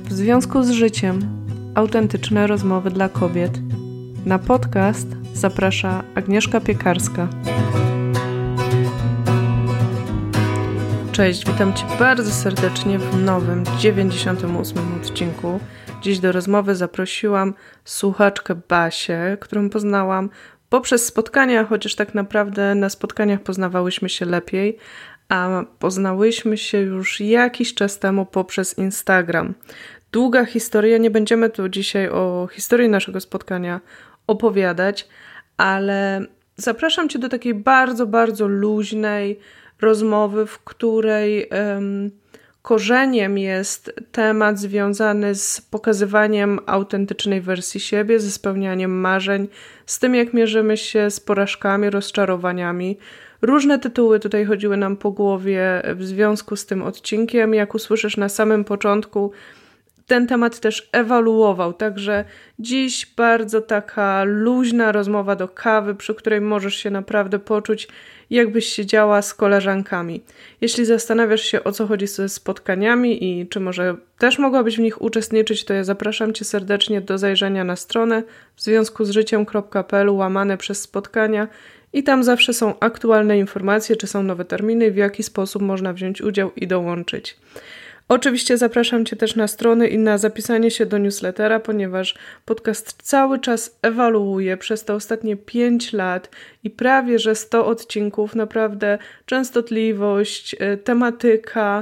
W związku z życiem. Autentyczne rozmowy dla kobiet. Na podcast zaprasza Agnieszka Piekarska. Cześć, witam Cię bardzo serdecznie w nowym, 98. odcinku. Dziś do rozmowy zaprosiłam słuchaczkę Basię, którą poznałam poprzez spotkania, chociaż tak naprawdę na spotkaniach poznawałyśmy się lepiej, a poznałyśmy się już jakiś czas temu poprzez Instagram. Długa historia, nie będziemy tu dzisiaj o historii naszego spotkania opowiadać, ale zapraszam Cię do takiej bardzo, bardzo luźnej rozmowy, w której korzeniem jest temat związany z pokazywaniem autentycznej wersji siebie, ze spełnianiem marzeń, z tym jak mierzymy się z porażkami, rozczarowaniami. Różne tytuły tutaj chodziły nam po głowie w związku z tym odcinkiem. Jak usłyszysz na samym początku, ten temat też ewoluował, także dziś bardzo taka luźna rozmowa do kawy, przy której możesz się naprawdę poczuć, jakbyś siedziała z koleżankami. Jeśli zastanawiasz się, o co chodzi ze spotkaniami i czy może też mogłabyś w nich uczestniczyć, to ja zapraszam Cię serdecznie do zajrzenia na stronę w związku z życiem.pl /spotkania i tam zawsze są aktualne informacje, czy są nowe terminy, w jaki sposób można wziąć udział i dołączyć. Oczywiście zapraszam Cię też na strony i na zapisanie się do newslettera, ponieważ podcast cały czas ewoluuje przez te ostatnie 5 lat i prawie że 100 odcinków, naprawdę częstotliwość, tematyka,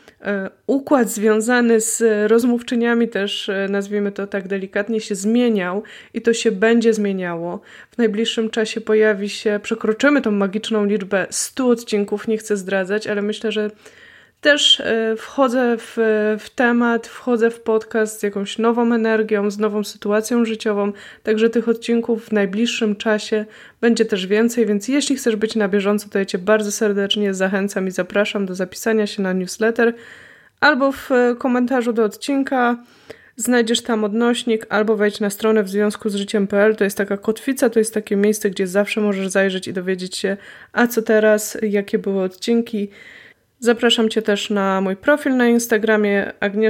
układ związany z rozmówczyniami też, nazwijmy to tak delikatnie, się zmieniał i to się będzie zmieniało. W najbliższym czasie przekroczymy tą magiczną liczbę 100 odcinków, nie chcę zdradzać, ale myślę, że też wchodzę w temat, wchodzę w podcast z jakąś nową energią, z nową sytuacją życiową, także tych odcinków w najbliższym czasie będzie też więcej, więc jeśli chcesz być na bieżąco, to ja Cię bardzo serdecznie zachęcam i zapraszam do zapisania się na newsletter albo w komentarzu do odcinka znajdziesz tam odnośnik, albo wejdź na stronę w związku z życiem.pl, to jest taka kotwica, to jest takie miejsce, gdzie zawsze możesz zajrzeć i dowiedzieć się, a co teraz, jakie były odcinki. Zapraszam Cię też na mój profil na Instagramie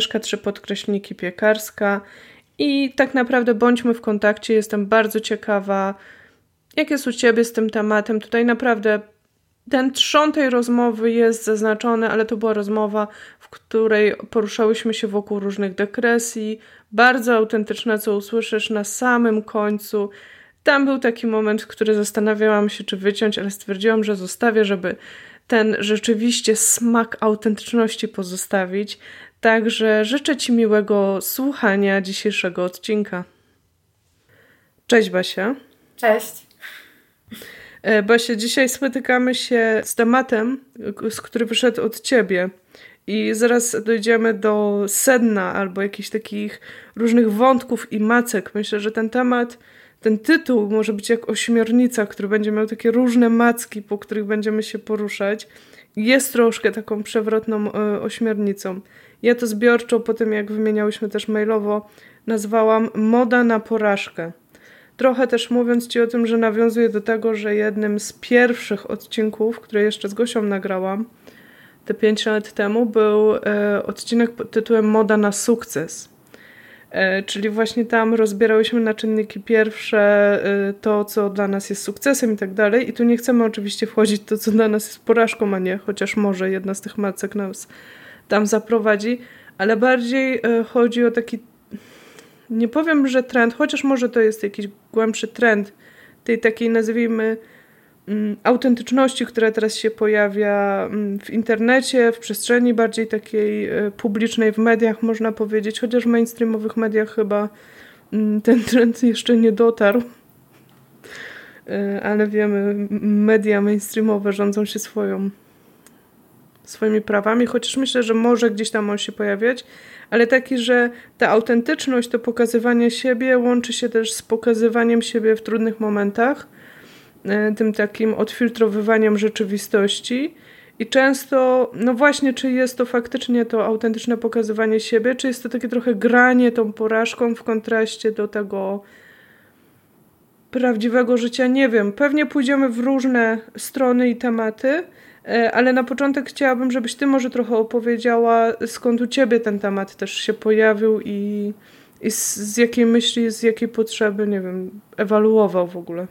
Agnieszka_Piekarska i tak naprawdę bądźmy w kontakcie. Jestem bardzo ciekawa, jak jest u Ciebie z tym tematem. Tutaj naprawdę ten trzon tej rozmowy jest zaznaczony, ale to była rozmowa, w której poruszałyśmy się wokół różnych dygresji. Bardzo autentyczne, co usłyszysz na samym końcu. Tam był taki moment, w którym zastanawiałam się, czy wyciąć, ale stwierdziłam, że zostawię, żeby ten rzeczywiście smak autentyczności pozostawić. Także życzę Ci miłego słuchania dzisiejszego odcinka. Cześć Basia. Cześć. Basia, dzisiaj spotykamy się z tematem, który wyszedł od Ciebie i zaraz dojdziemy do sedna albo jakichś takich różnych wątków i macek. Myślę, że ten tytuł może być jak ośmiornica, który będzie miał takie różne macki, po których będziemy się poruszać. Jest troszkę taką przewrotną ośmiornicą. Ja to zbiorczo, po tym jak wymieniałyśmy też mailowo, nazwałam moda na porażkę. Trochę też mówiąc Ci o tym, że nawiązuję do tego, że jednym z pierwszych odcinków, które jeszcze z Gosią nagrałam, te 5 lat temu, był odcinek pod tytułem Moda na sukces. Czyli właśnie tam rozbierałyśmy na czynniki pierwsze, to co dla nas jest sukcesem i tak dalej. I tu nie chcemy oczywiście wchodzić w to, co dla nas jest porażką, a nie, chociaż może jedna z tych macek nas tam zaprowadzi, ale bardziej chodzi o taki, nie powiem, że trend, chociaż może to jest jakiś głębszy trend tej takiej, nazwijmy, autentyczności, która teraz się pojawia w internecie, w przestrzeni bardziej takiej publicznej, w mediach można powiedzieć, chociaż w mainstreamowych mediach chyba ten trend jeszcze nie dotarł, ale wiemy, media mainstreamowe rządzą się swoimi prawami, chociaż myślę, że może gdzieś tam on się pojawiać, ale taki, że ta autentyczność, to pokazywanie siebie łączy się też z pokazywaniem siebie w trudnych momentach, tym takim odfiltrowywaniem rzeczywistości i często, no właśnie, czy jest to faktycznie to autentyczne pokazywanie siebie, czy jest to takie trochę granie tą porażką w kontraście do tego prawdziwego życia, nie wiem. Pewnie pójdziemy w różne strony i tematy, Ale na początek chciałabym, żebyś ty może trochę opowiedziała, skąd u ciebie ten temat też się pojawił i z jakiej myśli, z jakiej potrzeby, nie wiem, ewoluował w ogóle.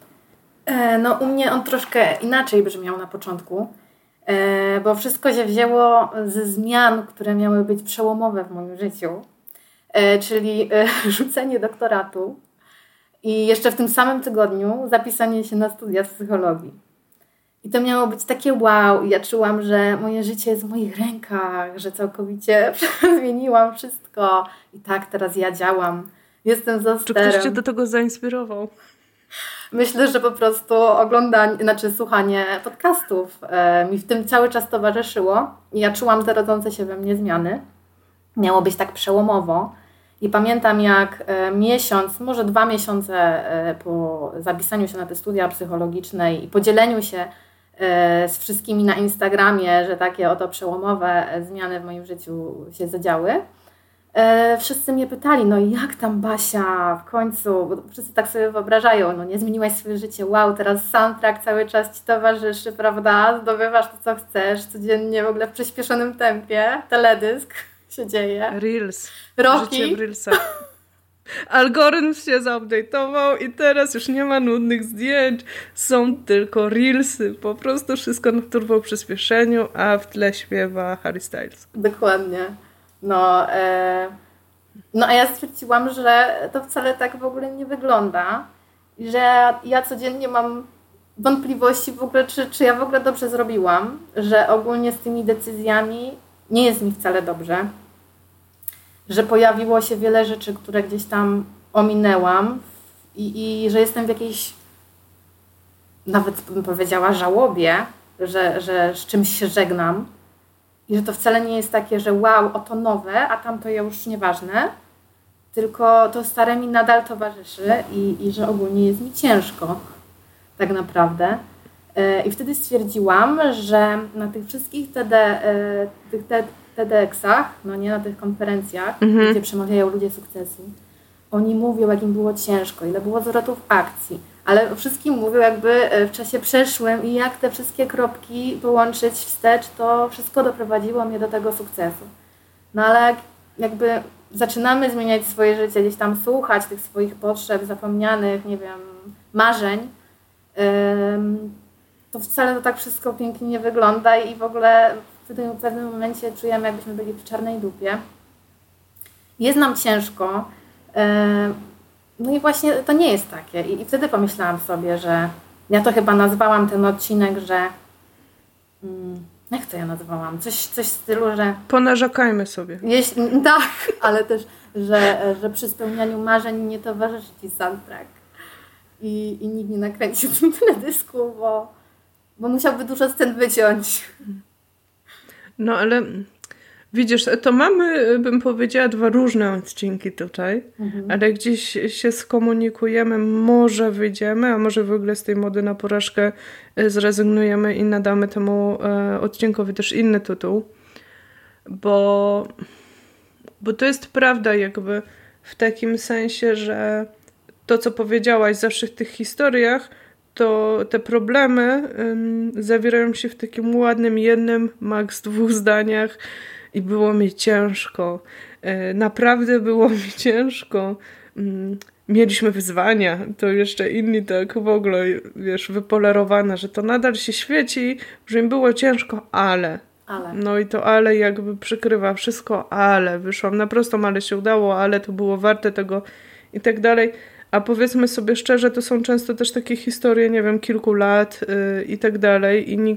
No u mnie on troszkę inaczej brzmiał na początku, bo wszystko się wzięło ze zmian, które miały być przełomowe w moim życiu, czyli rzucenie doktoratu i jeszcze w tym samym tygodniu zapisanie się na studia psychologii. I to miało być takie wow i ja czułam, że moje życie jest w moich rękach, że całkowicie zmieniłam wszystko i tak teraz ja działam. Jestem za sterem. Czy ktoś cię do tego zainspirował? Myślę, że po prostu słuchanie podcastów mi w tym cały czas towarzyszyło i ja czułam te rodzące się we mnie zmiany. Miało być tak przełomowo i pamiętam jak miesiąc, może 2 miesiące po zapisaniu się na te studia psychologiczne i podzieleniu się z wszystkimi na Instagramie, że takie oto przełomowe zmiany w moim życiu się zadziały. Wszyscy mnie pytali, no jak tam Basia w końcu, bo wszyscy tak sobie wyobrażają, no nie zmieniłaś swoje życie, wow, teraz soundtrack cały czas ci towarzyszy, prawda, zdobywasz to co chcesz, codziennie w ogóle w przyspieszonym tempie, teledysk się dzieje. Reels. Roki. Życie w Reelsach. Algorytm się zupdate'ował i teraz już nie ma nudnych zdjęć, są tylko Reelsy, po prostu wszystko na turbo przyspieszeniu, a w tle śpiewa Harry Styles. Dokładnie. No a ja stwierdziłam, że to wcale tak w ogóle nie wygląda i że ja codziennie mam wątpliwości w ogóle, czy ja w ogóle dobrze zrobiłam, że ogólnie z tymi decyzjami nie jest mi wcale dobrze, że pojawiło się wiele rzeczy, które gdzieś tam ominęłam i że jestem w jakiejś, nawet bym powiedziała, żałobie, że z czymś się żegnam. I że to wcale nie jest takie, że wow, oto nowe, a tamto już nieważne, tylko to stare mi nadal towarzyszy i że ogólnie jest mi ciężko tak naprawdę. I wtedy stwierdziłam, że na tych wszystkich TEDxach, no nie na tych konferencjach, gdzie przemawiają ludzie sukcesu, oni mówią, jak im było ciężko, ile było zwrotów akcji, ale o wszystkim mówią jakby w czasie przeszłym i jak te wszystkie kropki połączyć wstecz, to wszystko doprowadziło mnie do tego sukcesu. No ale jakby zaczynamy zmieniać swoje życie, gdzieś tam słuchać tych swoich potrzeb, zapomnianych, nie wiem, marzeń, to wcale to tak wszystko pięknie nie wygląda i w ogóle w pewnym momencie czujemy, jakbyśmy byli w czarnej dupie. Jest nam ciężko, no i właśnie to nie jest takie. I wtedy pomyślałam sobie, że ja to chyba nazwałam ten odcinek, że jak to ja nazwałam? Coś w stylu, że... Ponarzekajmy sobie. Tak, ale też, że przy spełnianiu marzeń nie towarzyszy ci soundtrack. I nikt nie nakręcił tym teledysku, bo musiałby dużo scen wyciąć. No ale widzisz, to mamy, bym powiedziała, 2 różne odcinki tutaj, ale gdzieś się skomunikujemy, może wyjdziemy, a może w ogóle z tej mody na porażkę zrezygnujemy i nadamy temu odcinkowi też inny tytuł, bo to jest prawda jakby w takim sensie, że to, co powiedziałaś zawsze w tych historiach, to te problemy zawierają się w takim ładnym jednym, maks 2 zdaniach i było mi ciężko. Naprawdę było mi ciężko. Mieliśmy wyzwania, to jeszcze inni tak w ogóle, wiesz, wypolerowane, że to nadal się świeci, że im było ciężko, ale. No i to ale jakby przykrywa wszystko, ale wyszłam na prostą, ale się udało, ale to było warte tego i tak dalej. A powiedzmy sobie szczerze, to są często też takie historie, nie wiem, kilku lat i tak dalej i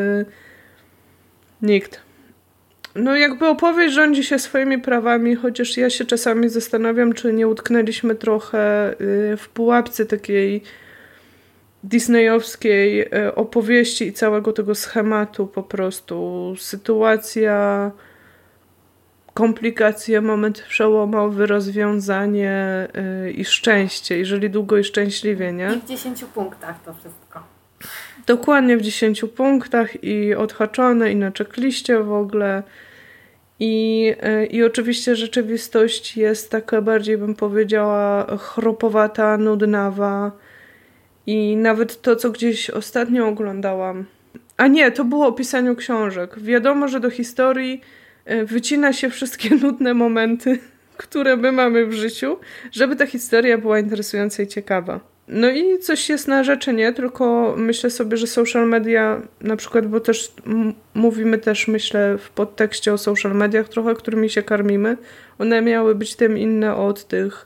nikt. No jakby opowieść rządzi się swoimi prawami, chociaż ja się czasami zastanawiam, czy nie utknęliśmy trochę w pułapce takiej disneyowskiej opowieści i całego tego schematu po prostu. Sytuacja, komplikacje, moment przełomowy, rozwiązanie i szczęście, jeżeli długo i szczęśliwie, nie? I w 10 punktach to wszystko. Dokładnie w 10 punktach i odhaczone i na checkliście w ogóle. I oczywiście rzeczywistość jest taka bardziej, bym powiedziała, chropowata, nudnawa. I nawet to, co gdzieś ostatnio oglądałam, A nie, to było o pisaniu książek. Wiadomo, że do historii wycina się wszystkie nudne momenty, które my mamy w życiu, żeby ta historia była interesująca i ciekawa. No i coś jest na rzeczy, nie? Tylko myślę sobie, że social media na przykład, bo też mówimy też, myślę, w podtekście o social mediach trochę, którymi się karmimy. One miały być tym inne od tych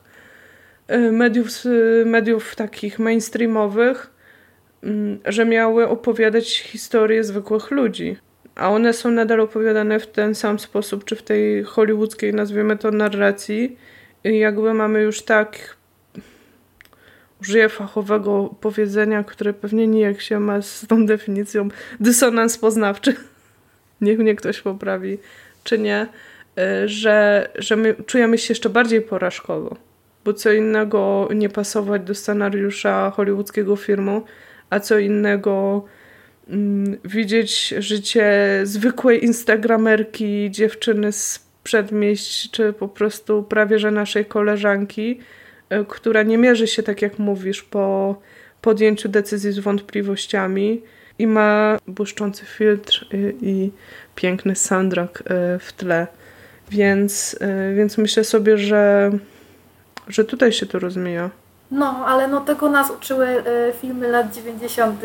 mediów takich mainstreamowych, że miały opowiadać historie zwykłych ludzi. A one są nadal opowiadane w ten sam sposób, czy w tej hollywoodzkiej, nazwijmy to, narracji. I jakby mamy już tak, użyję fachowego powiedzenia, które pewnie nijak się ma z tą definicją, dysonans poznawczy. Niech mnie ktoś poprawi, czy nie, że my czujemy się jeszcze bardziej porażkowo. Bo co innego nie pasować do scenariusza hollywoodzkiego filmu, a co innego widzieć życie zwykłej instagramerki, dziewczyny z przedmieść, czy po prostu prawie że naszej koleżanki, która nie mierzy się, tak jak mówisz, po podjęciu decyzji z wątpliwościami i ma błyszczący filtr i piękny soundtrack w tle. Więc myślę sobie, że tutaj się to rozmija. No, ale no tego nas uczyły filmy lat 90.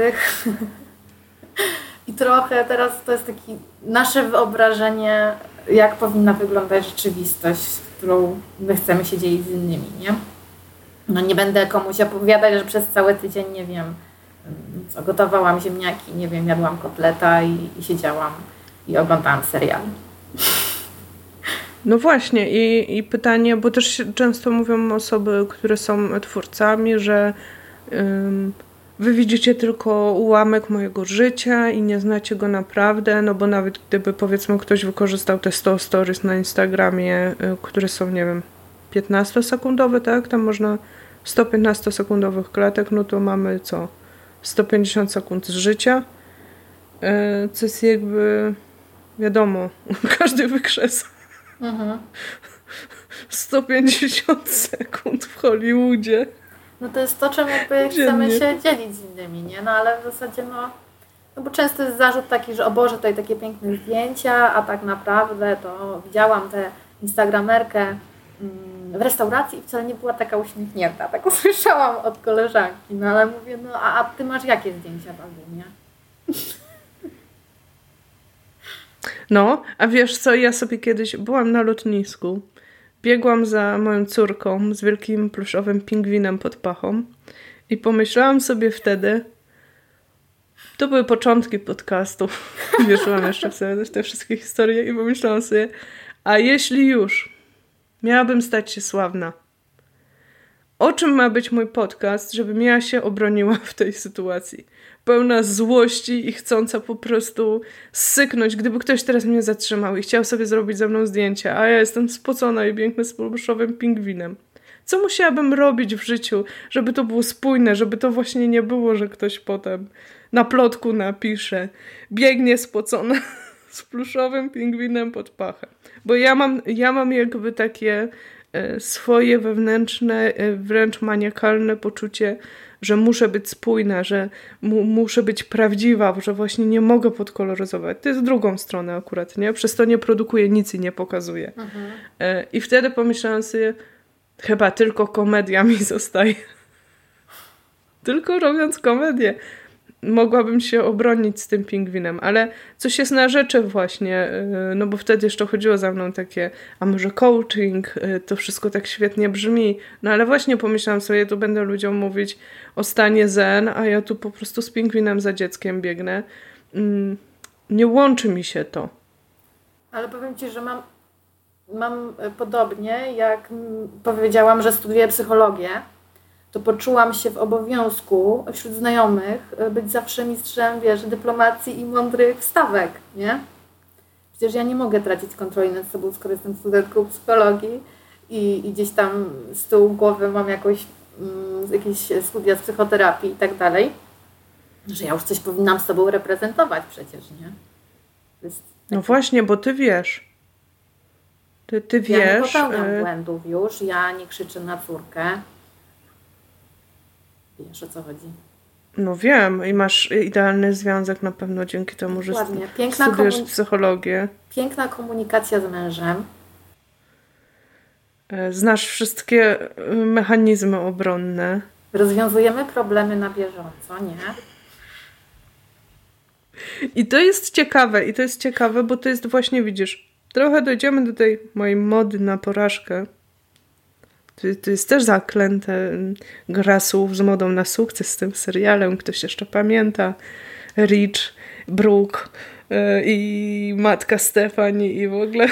I trochę teraz to jest takie nasze wyobrażenie, jak powinna wyglądać rzeczywistość, którą my chcemy się dzielić z innymi, nie? No nie będę komuś opowiadać, że przez cały tydzień, nie wiem, co, gotowałam ziemniaki, nie wiem, jadłam kotleta i siedziałam i oglądałam serial. No właśnie i pytanie, bo też często mówią osoby, które są twórcami, że wy widzicie tylko ułamek mojego życia i nie znacie go naprawdę, no bo nawet gdyby, powiedzmy, ktoś wykorzystał te 100 stories na Instagramie, które są, nie wiem, 15-sekundowe, tak? Tam można 115-sekundowych klatek, no to mamy co? 150 sekund z życia, co jest jakby, wiadomo, każdy wykrzesa. 150 sekund w Hollywoodzie. No to jest to, czym jakby chcemy się dzielić z innymi, nie? No ale w zasadzie no bo często jest zarzut taki, że o Boże, tutaj takie piękne zdjęcia, a tak naprawdę to widziałam tę instagramerkę w restauracji i wcale nie była taka uśmiechnięta. Tak usłyszałam od koleżanki, no ale mówię, no a ty masz jakie zdjęcia tam, nie? No, a wiesz co, ja sobie kiedyś byłam na lotnisku, biegłam za moją córką z wielkim pluszowym pingwinem pod pachą i pomyślałam sobie wtedy, to były początki podcastu, wierzyłam jeszcze w te wszystkie historie i pomyślałam sobie, a jeśli już miałabym stać się sławna, o czym ma być mój podcast, żebym ja się obroniła w tej sytuacji? Pełna złości i chcąca po prostu syknąć, gdyby ktoś teraz mnie zatrzymał i chciał sobie zrobić ze mną zdjęcia, a ja jestem spocona i piękna z pluszowym pingwinem. Co musiałabym robić w życiu, żeby to było spójne, żeby to właśnie nie było, że ktoś potem na plotku napisze, biegnie spocona z pluszowym pingwinem pod pachem. Bo ja mam jakby takie swoje wewnętrzne, wręcz maniakalne poczucie, że muszę być spójna, że muszę być prawdziwa, że właśnie nie mogę podkoloryzować. To jest drugą stronę akurat, nie? Przez to nie produkuję nic i nie pokazuję. I wtedy pomyślałam sobie, chyba tylko komedia mi zostaje. Tylko robiąc komedię mogłabym się obronić z tym pingwinem, ale coś jest na rzeczy właśnie, no bo wtedy jeszcze chodziło za mną takie, a może coaching, to wszystko tak świetnie brzmi, no ale właśnie pomyślałam sobie, tu będę ludziom mówić o stanie zen, a ja tu po prostu z pingwinem za dzieckiem biegnę. Nie łączy mi się to. Ale powiem Ci, że mam podobnie, jak powiedziałam, że studiuję psychologię, to poczułam się w obowiązku wśród znajomych być zawsze mistrzem, wiesz, dyplomacji i mądrych wstawek, nie? Przecież ja nie mogę tracić kontroli nad sobą, skoro jestem studentką psychologii i gdzieś tam z tyłu głowy mam jakieś studia z psychoterapii i tak dalej, że ja już coś powinnam z sobą reprezentować przecież, nie? No właśnie, bo ty wiesz. Ty wiesz. Ja nie popełniam błędów już, ja nie krzyczę na córkę. Wiesz, o co chodzi. No wiem i masz idealny związek na pewno dzięki temu, że studiujesz psychologię. Piękna komunikacja z mężem. Znasz wszystkie mechanizmy obronne. Rozwiązujemy problemy na bieżąco, nie? I to jest ciekawe, bo to jest właśnie, widzisz, trochę dojdziemy do tej mojej mody na porażkę. To jest też zaklęte gra słów z modą na sukces z tym serialem. Ktoś jeszcze pamięta. Rich, Brooke i matka Stefani i w ogóle...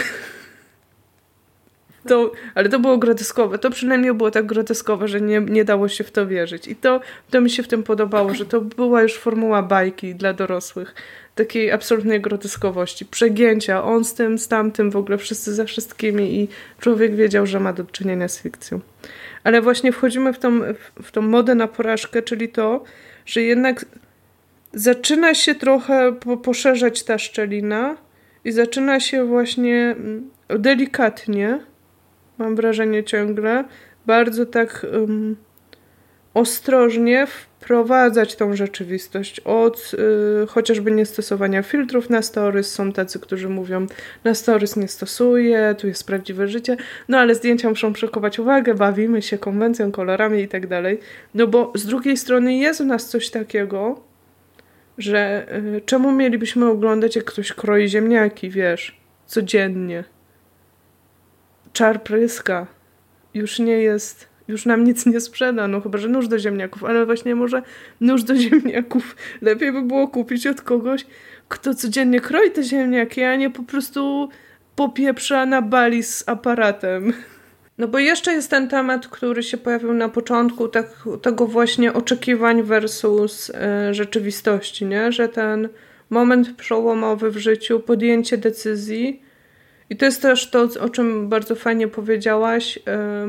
Ale to było groteskowe. To przynajmniej było tak groteskowe, że nie dało się w to wierzyć. I to mi się w tym podobało, że to była już formuła bajki dla dorosłych. Takiej absolutnej groteskowości. Przegięcia. On z tym, z tamtym, w ogóle wszyscy ze wszystkimi i człowiek wiedział, że ma do czynienia z fikcją. Ale właśnie wchodzimy w tą modę na porażkę, czyli to, że jednak zaczyna się trochę poszerzać ta szczelina i zaczyna się właśnie delikatnie, mam wrażenie ciągle, bardzo tak ostrożnie wprowadzać tą rzeczywistość od chociażby niestosowania filtrów na stories. Są tacy, którzy mówią, na stories nie stosuję, tu jest prawdziwe życie, no ale zdjęcia muszą przykuwać uwagę, bawimy się konwencją, kolorami i tak dalej. No bo z drugiej strony jest w nas coś takiego, że czemu mielibyśmy oglądać, jak ktoś kroi ziemniaki, wiesz, codziennie. Czar pryska. Już nam nic nie sprzeda, no chyba, że nóż do ziemniaków, ale właśnie może nóż do ziemniaków lepiej by było kupić od kogoś, kto codziennie kroi te ziemniaki, a nie po prostu popieprza na Bali z aparatem. No bo jeszcze jest ten temat, który się pojawił na początku, tego właśnie oczekiwań versus rzeczywistości, nie? Że ten moment przełomowy w życiu, podjęcie decyzji. I to jest też to, o czym bardzo fajnie powiedziałaś.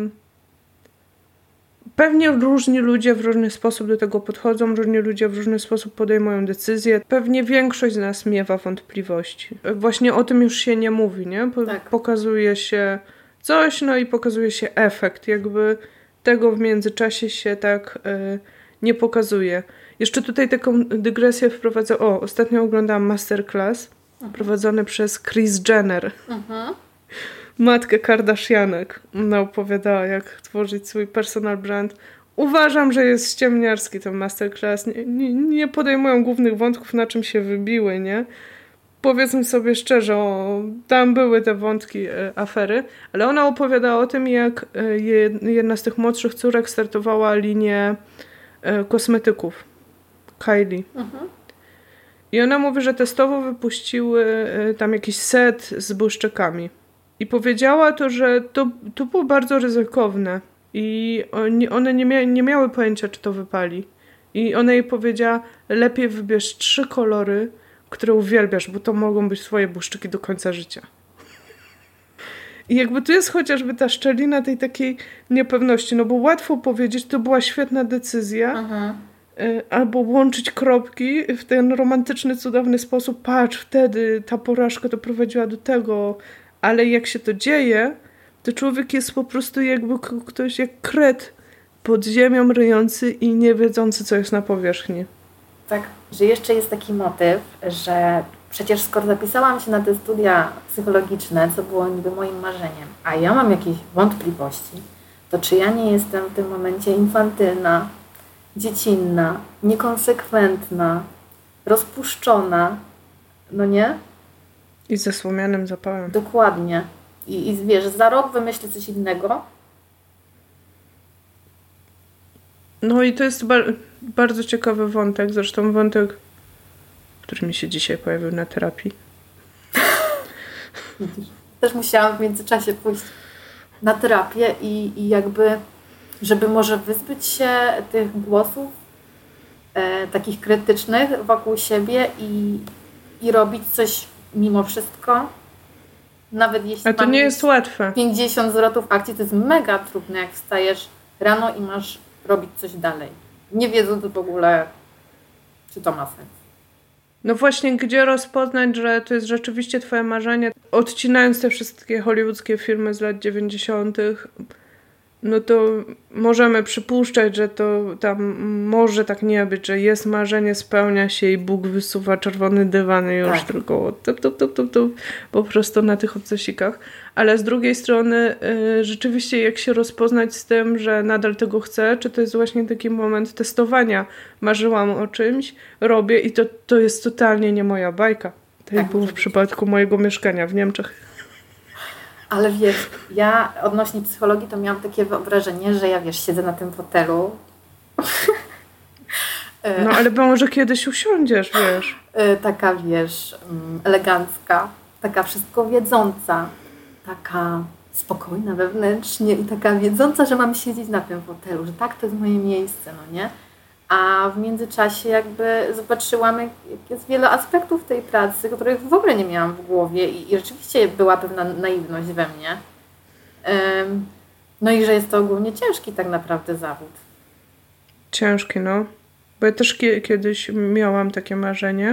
Pewnie różni ludzie w różny sposób do tego podchodzą, różni ludzie w różny sposób podejmują decyzje. Pewnie większość z nas miewa wątpliwości. Właśnie o tym już się nie mówi, nie? Pokazuje się coś, no i pokazuje się efekt. Jakby tego w międzyczasie się tak nie pokazuje. Jeszcze tutaj taką dygresję wprowadzę. Ostatnio oglądałam masterclass prowadzony przez Kris Jenner. Matkę Kardashianek. Ona opowiadała, jak tworzyć swój personal brand. Uważam, że jest ściemniarski ten masterclass. Nie podejmują głównych wątków, na czym się wybiły, nie? Powiedzmy sobie szczerze, tam były te wątki afery, ale ona opowiadała o tym, jak jedna z tych młodszych córek startowała linię kosmetyków. Kylie. I ona mówi, że testowo wypuściły tam jakiś set z błyszczykami. I powiedziała to, że to było bardzo ryzykowne. I one nie miały pojęcia, czy to wypali. I ona jej powiedziała, lepiej wybierz 3 kolory, które uwielbiasz, bo to mogą być twoje błyszczyki do końca życia. I jakby tu jest chociażby ta szczelina tej takiej niepewności, no bo łatwo powiedzieć, to była świetna decyzja, albo łączyć kropki w ten romantyczny, cudowny sposób. Patrz, wtedy ta porażka doprowadziła do tego, ale jak się to dzieje, to człowiek jest po prostu jakby ktoś jak kret pod ziemią ryjący i nie wiedzący, co jest na powierzchni. Tak, że jeszcze jest taki motyw, że przecież skoro zapisałam się na te studia psychologiczne, co było niby moim marzeniem, a ja mam jakieś wątpliwości, to czy ja nie jestem w tym momencie infantylna, dziecinna, niekonsekwentna, rozpuszczona, no nie? I ze słomianym zapałem. Dokładnie. I wiesz, za rok wymyślę coś innego. No i to jest bardzo ciekawy wątek, zresztą wątek, który mi się dzisiaj pojawił na terapii. Też musiałam w międzyczasie pójść na terapię i jakby, żeby może wyzbyć się tych głosów takich krytycznych wokół siebie i robić coś mimo wszystko. Nawet jeśli a to nie jest łatwe. 50 zwrotów akcji, to jest mega trudne, jak wstajesz rano i masz robić coś dalej. Nie wiedząc w ogóle, czy to ma sens. No właśnie, gdzie rozpoznać, że to jest rzeczywiście twoje marzenie? Odcinając te wszystkie hollywoodzkie filmy z lat 90., no to możemy przypuszczać, że to tam może tak nie być, że jest marzenie, spełnia się i Bóg wysuwa czerwony dywan i już tylko tup, po prostu na tych obcesikach. Ale z drugiej strony rzeczywiście jak się rozpoznać z tym, że nadal tego chcę, czy to jest właśnie taki moment testowania. Marzyłam o czymś, robię i to jest totalnie nie moja bajka. Tak było w przypadku mojego mieszkania w Niemczech. Ale wiesz, ja odnośnie psychologii to miałam takie wyobrażenie, że ja siedzę na tym fotelu. No ale może kiedyś usiądziesz, wiesz. Taka, elegancka, taka wszystko wiedząca, taka spokojna wewnętrznie i taka wiedząca, że mam siedzieć na tym fotelu, że tak, to jest moje miejsce, no nie? A w międzyczasie jakby zobaczyłam, jak jest wiele aspektów tej pracy, których w ogóle nie miałam w głowie i rzeczywiście była pewna naiwność we mnie. No i że jest to ogólnie ciężki tak naprawdę zawód. Ciężki, no. Bo ja też kiedyś miałam takie marzenie.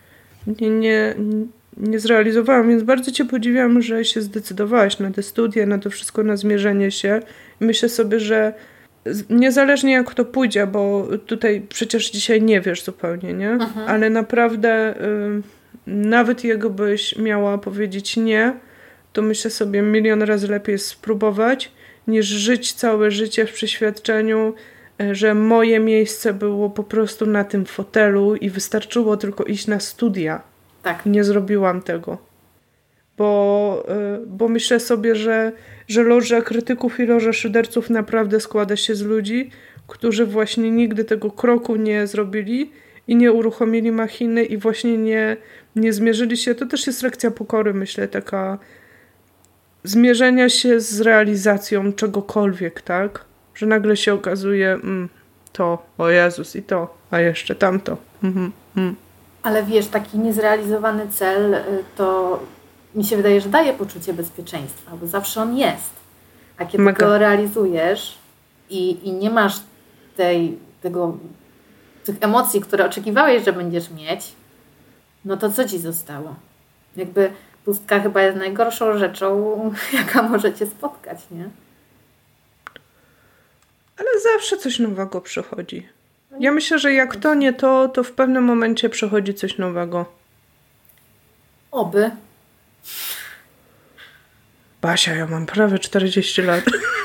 Nie zrealizowałam, więc bardzo Cię podziwiam, że się zdecydowałaś na te studia, na to wszystko, na zmierzenie się. Myślę sobie, że niezależnie jak to pójdzie, bo tutaj przecież dzisiaj nie wiesz zupełnie, nie? Ale naprawdę nawet jakbyś miała powiedzieć nie, to myślę sobie 1 000 000 razy lepiej jest spróbować, niż żyć całe życie w przeświadczeniu, że moje miejsce było po prostu na tym fotelu i wystarczyło tylko iść na studia. Tak. Nie zrobiłam tego. Bo myślę sobie, że loża krytyków i loża szyderców naprawdę składa się z ludzi, którzy właśnie nigdy tego kroku nie zrobili i nie uruchomili machiny i właśnie nie zmierzyli się. To też jest lekcja pokory, myślę, taka zmierzenia się z realizacją czegokolwiek, tak? Że nagle się okazuje to, o Jezus i to, a jeszcze tamto. Ale wiesz, taki niezrealizowany cel to mi się wydaje, że daje poczucie bezpieczeństwa, bo zawsze on jest. A kiedy go realizujesz i nie masz tych emocji, które oczekiwałeś, że będziesz mieć, no to co ci zostało? Jakby pustka chyba jest najgorszą rzeczą, jaka może cię spotkać, nie? Ale zawsze coś nowego przychodzi. Ja myślę, że jak to nie to w pewnym momencie przychodzi coś nowego. Oby. Basia, ja mam prawie 40 lat.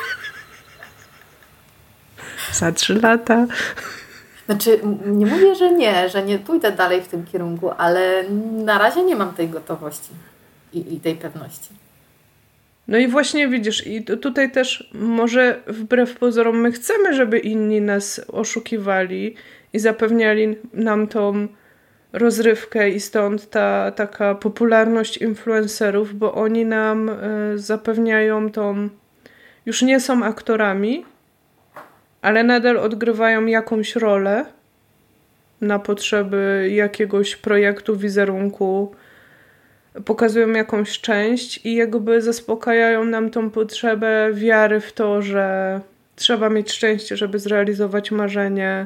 Za 3 lata. Znaczy, nie mówię, że nie pójdę dalej w tym kierunku, ale na razie nie mam tej gotowości i tej pewności. No i właśnie widzisz, i tutaj też może wbrew pozorom my chcemy, żeby inni nas oszukiwali i zapewniali nam tą rozrywkę i stąd ta taka popularność influencerów, bo oni nam zapewniają tą, już nie są aktorami, ale nadal odgrywają jakąś rolę na potrzeby jakiegoś projektu, wizerunku, pokazują jakąś część i jakby zaspokajają nam tą potrzebę wiary w to, że trzeba mieć szczęście, żeby zrealizować marzenie.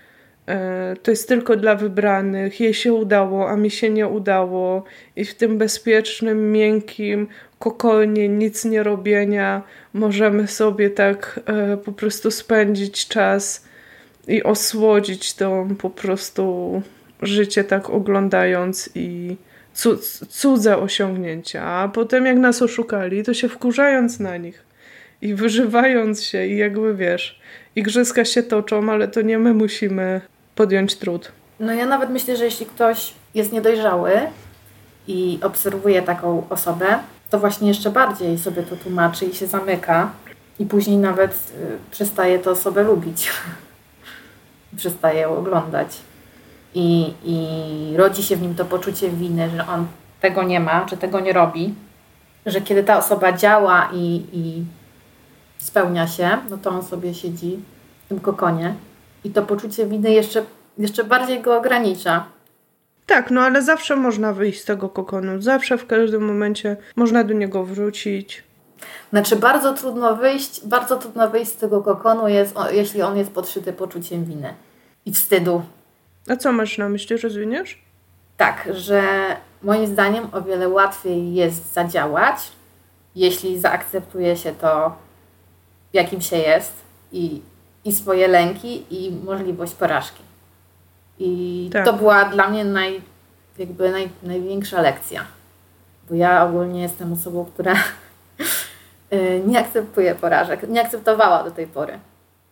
To jest tylko dla wybranych, jej się udało, a mi się nie udało i w tym bezpiecznym, miękkim kokonie nic nie robienia możemy sobie tak po prostu spędzić czas i osłodzić to po prostu życie tak oglądając i cudze osiągnięcia, a potem jak nas oszukali, to się wkurzając na nich i wyżywając się i jakby wiesz, igrzyska się toczą, ale to nie my musimy podjąć trud. No ja nawet myślę, że jeśli ktoś jest niedojrzały i obserwuje taką osobę, to właśnie jeszcze bardziej sobie to tłumaczy i się zamyka i później nawet przestaje tę osobę lubić. Przestaje ją oglądać. I rodzi się w nim to poczucie winy, że on tego nie ma, czy tego nie robi, że kiedy ta osoba działa i spełnia się, no to on sobie siedzi w tym kokonie i to poczucie winy jeszcze bardziej go ogranicza. Tak, no ale zawsze można wyjść z tego kokonu, zawsze w każdym momencie można do niego wrócić. Znaczy bardzo trudno wyjść z tego kokonu, jeśli on jest podszyty poczuciem winy i wstydu. A co masz na myśli, rozwiniesz? Tak, że moim zdaniem o wiele łatwiej jest zadziałać, jeśli zaakceptuje się to, w jakim się jest i swoje lęki i możliwość porażki. I Tak. to była dla mnie największa lekcja. Bo ja ogólnie jestem osobą, która nie akceptuje porażek. Nie akceptowała do tej pory.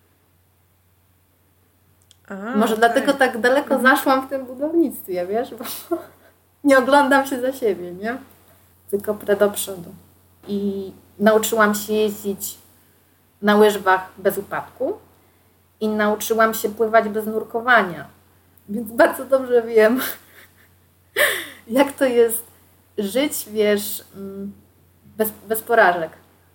Może dlatego tak daleko zaszłam w tym budownictwie, wiesz? Bo nie oglądam się za siebie, nie? Tylko prę do przodu. I nauczyłam się jeździć na łyżwach bez upadku i nauczyłam się pływać bez nurkowania. Więc bardzo dobrze wiem, jak to jest żyć, wiesz, bez porażek.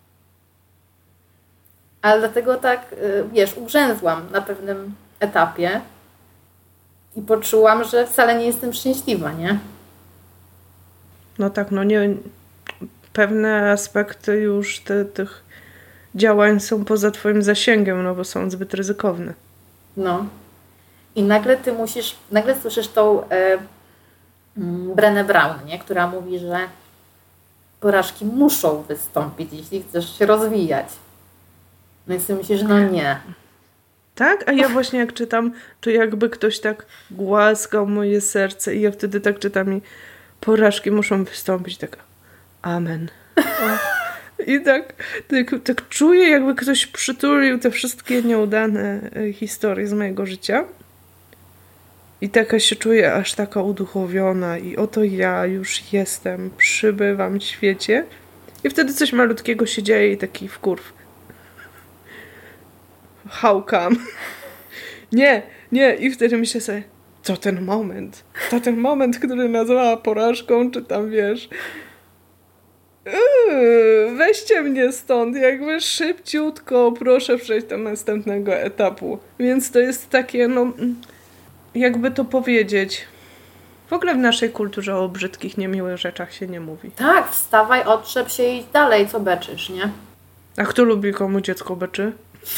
Ale dlatego tak, wiesz, ugrzęzłam na pewnym etapie i poczułam, że wcale nie jestem szczęśliwa, nie? No tak, no nie... Pewne aspekty już tych działań są poza twoim zasięgiem, no bo są zbyt ryzykowne. No. I nagle słyszysz tą Brené Brown, nie? Która mówi, że porażki muszą wystąpić, jeśli chcesz się rozwijać. No i sobie myślisz, no nie. Tak? A ja właśnie jak czytam, to jakby ktoś tak głaskał moje serce i ja wtedy tak czytam i porażki muszą wystąpić, tak amen. I tak czuję, jakby ktoś przytulił te wszystkie nieudane historie z mojego życia. I taka się czuję aż taka uduchowiona i oto ja już jestem, przybywam w świecie. I wtedy coś malutkiego się dzieje i taki wkurw. How come? Nie. I wtedy myślę sobie, to ten moment, który nazwała porażką, czy tam wiesz... weźcie mnie stąd, jakby szybciutko, proszę przejść do następnego etapu. Więc to jest takie, no, jakby to powiedzieć, w ogóle w naszej kulturze o brzydkich, niemiłych rzeczach się nie mówi. Tak, wstawaj, otrzep się i idź dalej, co beczysz, nie? A kto lubi, komu dziecko beczy?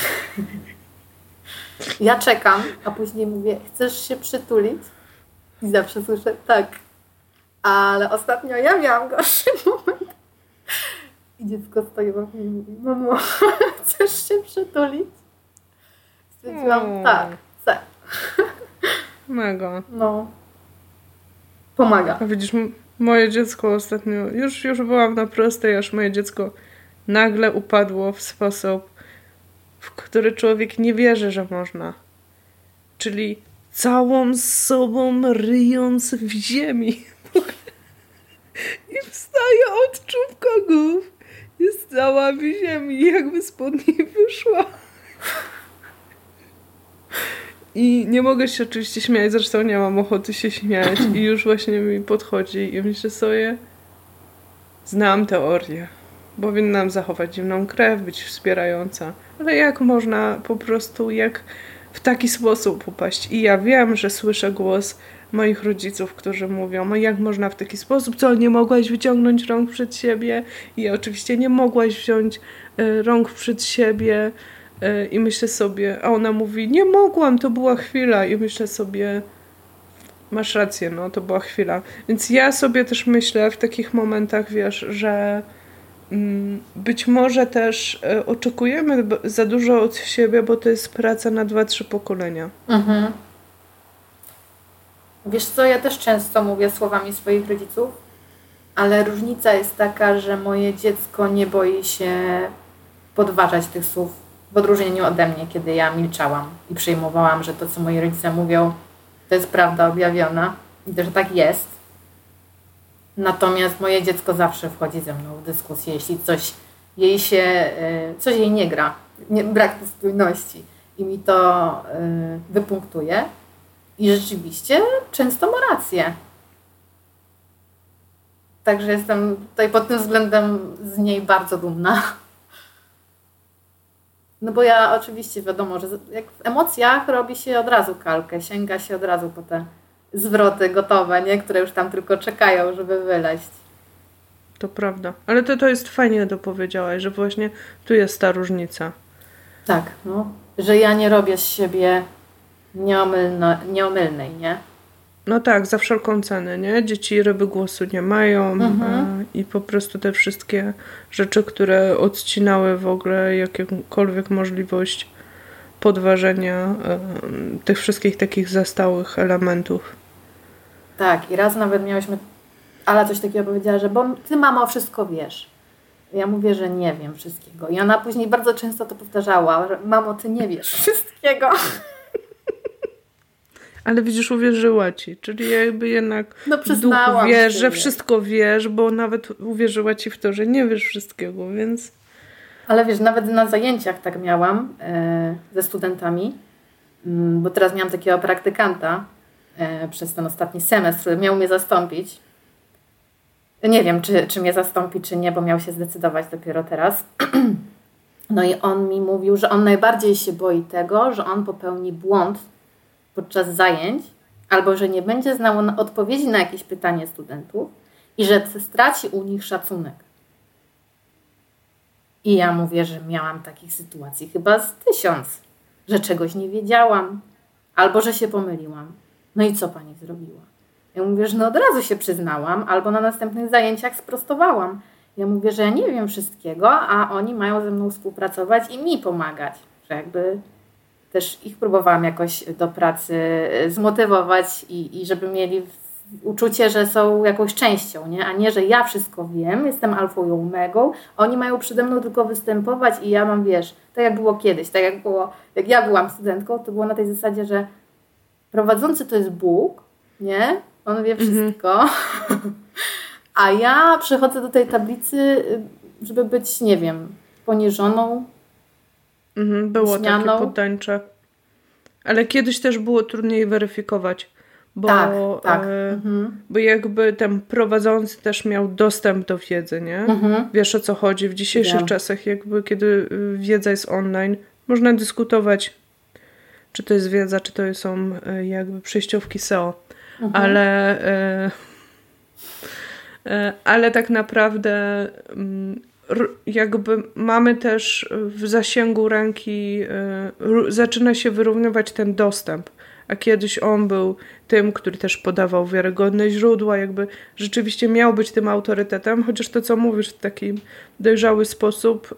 Ja czekam, a później mówię, chcesz się przytulić? I zawsze słyszę, tak. Ale ostatnio ja miałam gorszy moment. I dziecko stoi wokół i mówi, mamo, chcesz się przytulić? Stwierdziłam, tak, chcę. Mega. No. Pomaga. A widzisz, moje dziecko ostatnio, już byłam na prostej, aż moje dziecko nagle upadło w sposób, w który człowiek nie wierzy, że można. Czyli całą sobą ryjąc w ziemi. I wstaje od czubka głów. Jest cała w ziemi, jakby spod niej wyszła. I nie mogę się oczywiście śmiać, zresztą nie mam ochoty się śmiać. I już właśnie mi podchodzi i myślę sobie, znam teorię. Powinnam zachować zimną krew, być wspierająca. Ale jak można po prostu, jak w taki sposób upaść? I ja wiem, że słyszę głos moich rodziców, którzy mówią, a jak można w taki sposób? Co, nie mogłaś wyciągnąć rąk przed siebie? I ja oczywiście nie mogłaś wziąć rąk przed siebie. I myślę sobie, a ona mówi, nie mogłam, to była chwila. I myślę sobie, masz rację, no, to była chwila. Więc ja sobie też myślę w takich momentach, wiesz, że być może też oczekujemy za dużo od siebie, bo to jest praca na 2-3 pokolenia. Mhm. Wiesz co, ja też często mówię słowami swoich rodziców, ale różnica jest taka, że moje dziecko nie boi się podważać tych słów w odróżnieniu ode mnie, kiedy ja milczałam i przyjmowałam, że to, co moi rodzice mówią, to jest prawda objawiona i że tak jest. Natomiast moje dziecko zawsze wchodzi ze mną w dyskusję, jeśli coś jej nie gra, brak spójności i mi to wypunktuje. I rzeczywiście często ma rację. Także jestem tutaj pod tym względem z niej bardzo dumna. No bo ja oczywiście wiadomo, że jak w emocjach robi się od razu kalkę, sięga się od razu po te zwroty gotowe, nie? Które już tam tylko czekają, żeby wyleźć. To prawda. Ale to jest fajnie dopowiedziałaś, że właśnie tu jest ta różnica. Tak, no. Że ja nie robię z siebie nieomylnej, nie? No tak, za wszelką cenę, nie? Dzieci ryby głosu nie mają i po prostu te wszystkie rzeczy, które odcinały w ogóle jakąkolwiek możliwość podważenia tych wszystkich takich zastałych elementów. Tak, i raz nawet miałyśmy, Ala coś takiego powiedziała, że bo ty, mamo, wszystko wiesz. Ja mówię, że nie wiem wszystkiego. I ona później bardzo często to powtarzała, że mamo, ty nie wiesz wszystkiego. Ale widzisz, uwierzyła ci, czyli jakby jednak duch wie, że wszystko wiesz, bo nawet uwierzyła ci w to, że nie wiesz wszystkiego, więc... Ale wiesz, nawet na zajęciach tak miałam ze studentami, bo teraz miałam takiego praktykanta przez ten ostatni semestr, który miał mnie zastąpić. Nie wiem, czy mnie zastąpi, czy nie, bo miał się zdecydować dopiero teraz. No i on mi mówił, że on najbardziej się boi tego, że on popełni błąd podczas zajęć, albo że nie będzie znał odpowiedzi na jakieś pytanie studentów i że straci u nich szacunek. I ja mówię, że miałam takich sytuacji chyba z 1000, że czegoś nie wiedziałam, albo że się pomyliłam. No i co pani zrobiła? Ja mówię, że od razu się przyznałam, albo na następnych zajęciach sprostowałam. Ja mówię, że ja nie wiem wszystkiego, a oni mają ze mną współpracować i mi pomagać. Że jakby też ich próbowałam jakoś do pracy zmotywować i żeby mieli uczucie, że są jakąś częścią, nie? A nie, że ja wszystko wiem, jestem alfą i omegą, oni mają przede mną tylko występować i ja mam, wiesz, tak jak było kiedyś, tak jak było, jak ja byłam studentką, to było na tej zasadzie, że prowadzący to jest Bóg, nie? On wie wszystko, a ja przychodzę do tej tablicy, żeby być, nie wiem, poniżoną, było takie poddańcze. Ale kiedyś też było trudniej weryfikować, bo, tak. Bo jakby ten prowadzący też miał dostęp do wiedzy, nie? Wiesz, o co chodzi. W dzisiejszych czasach, jakby kiedy wiedza jest online, można dyskutować, czy to jest wiedza, czy to są jakby przejściówki SEO. Ale tak naprawdę jakby mamy też w zasięgu ręki, zaczyna się wyrównywać ten dostęp, a kiedyś on był tym, który też podawał wiarygodne źródła, jakby rzeczywiście miał być tym autorytetem, chociaż to, co mówisz w taki dojrzały sposób,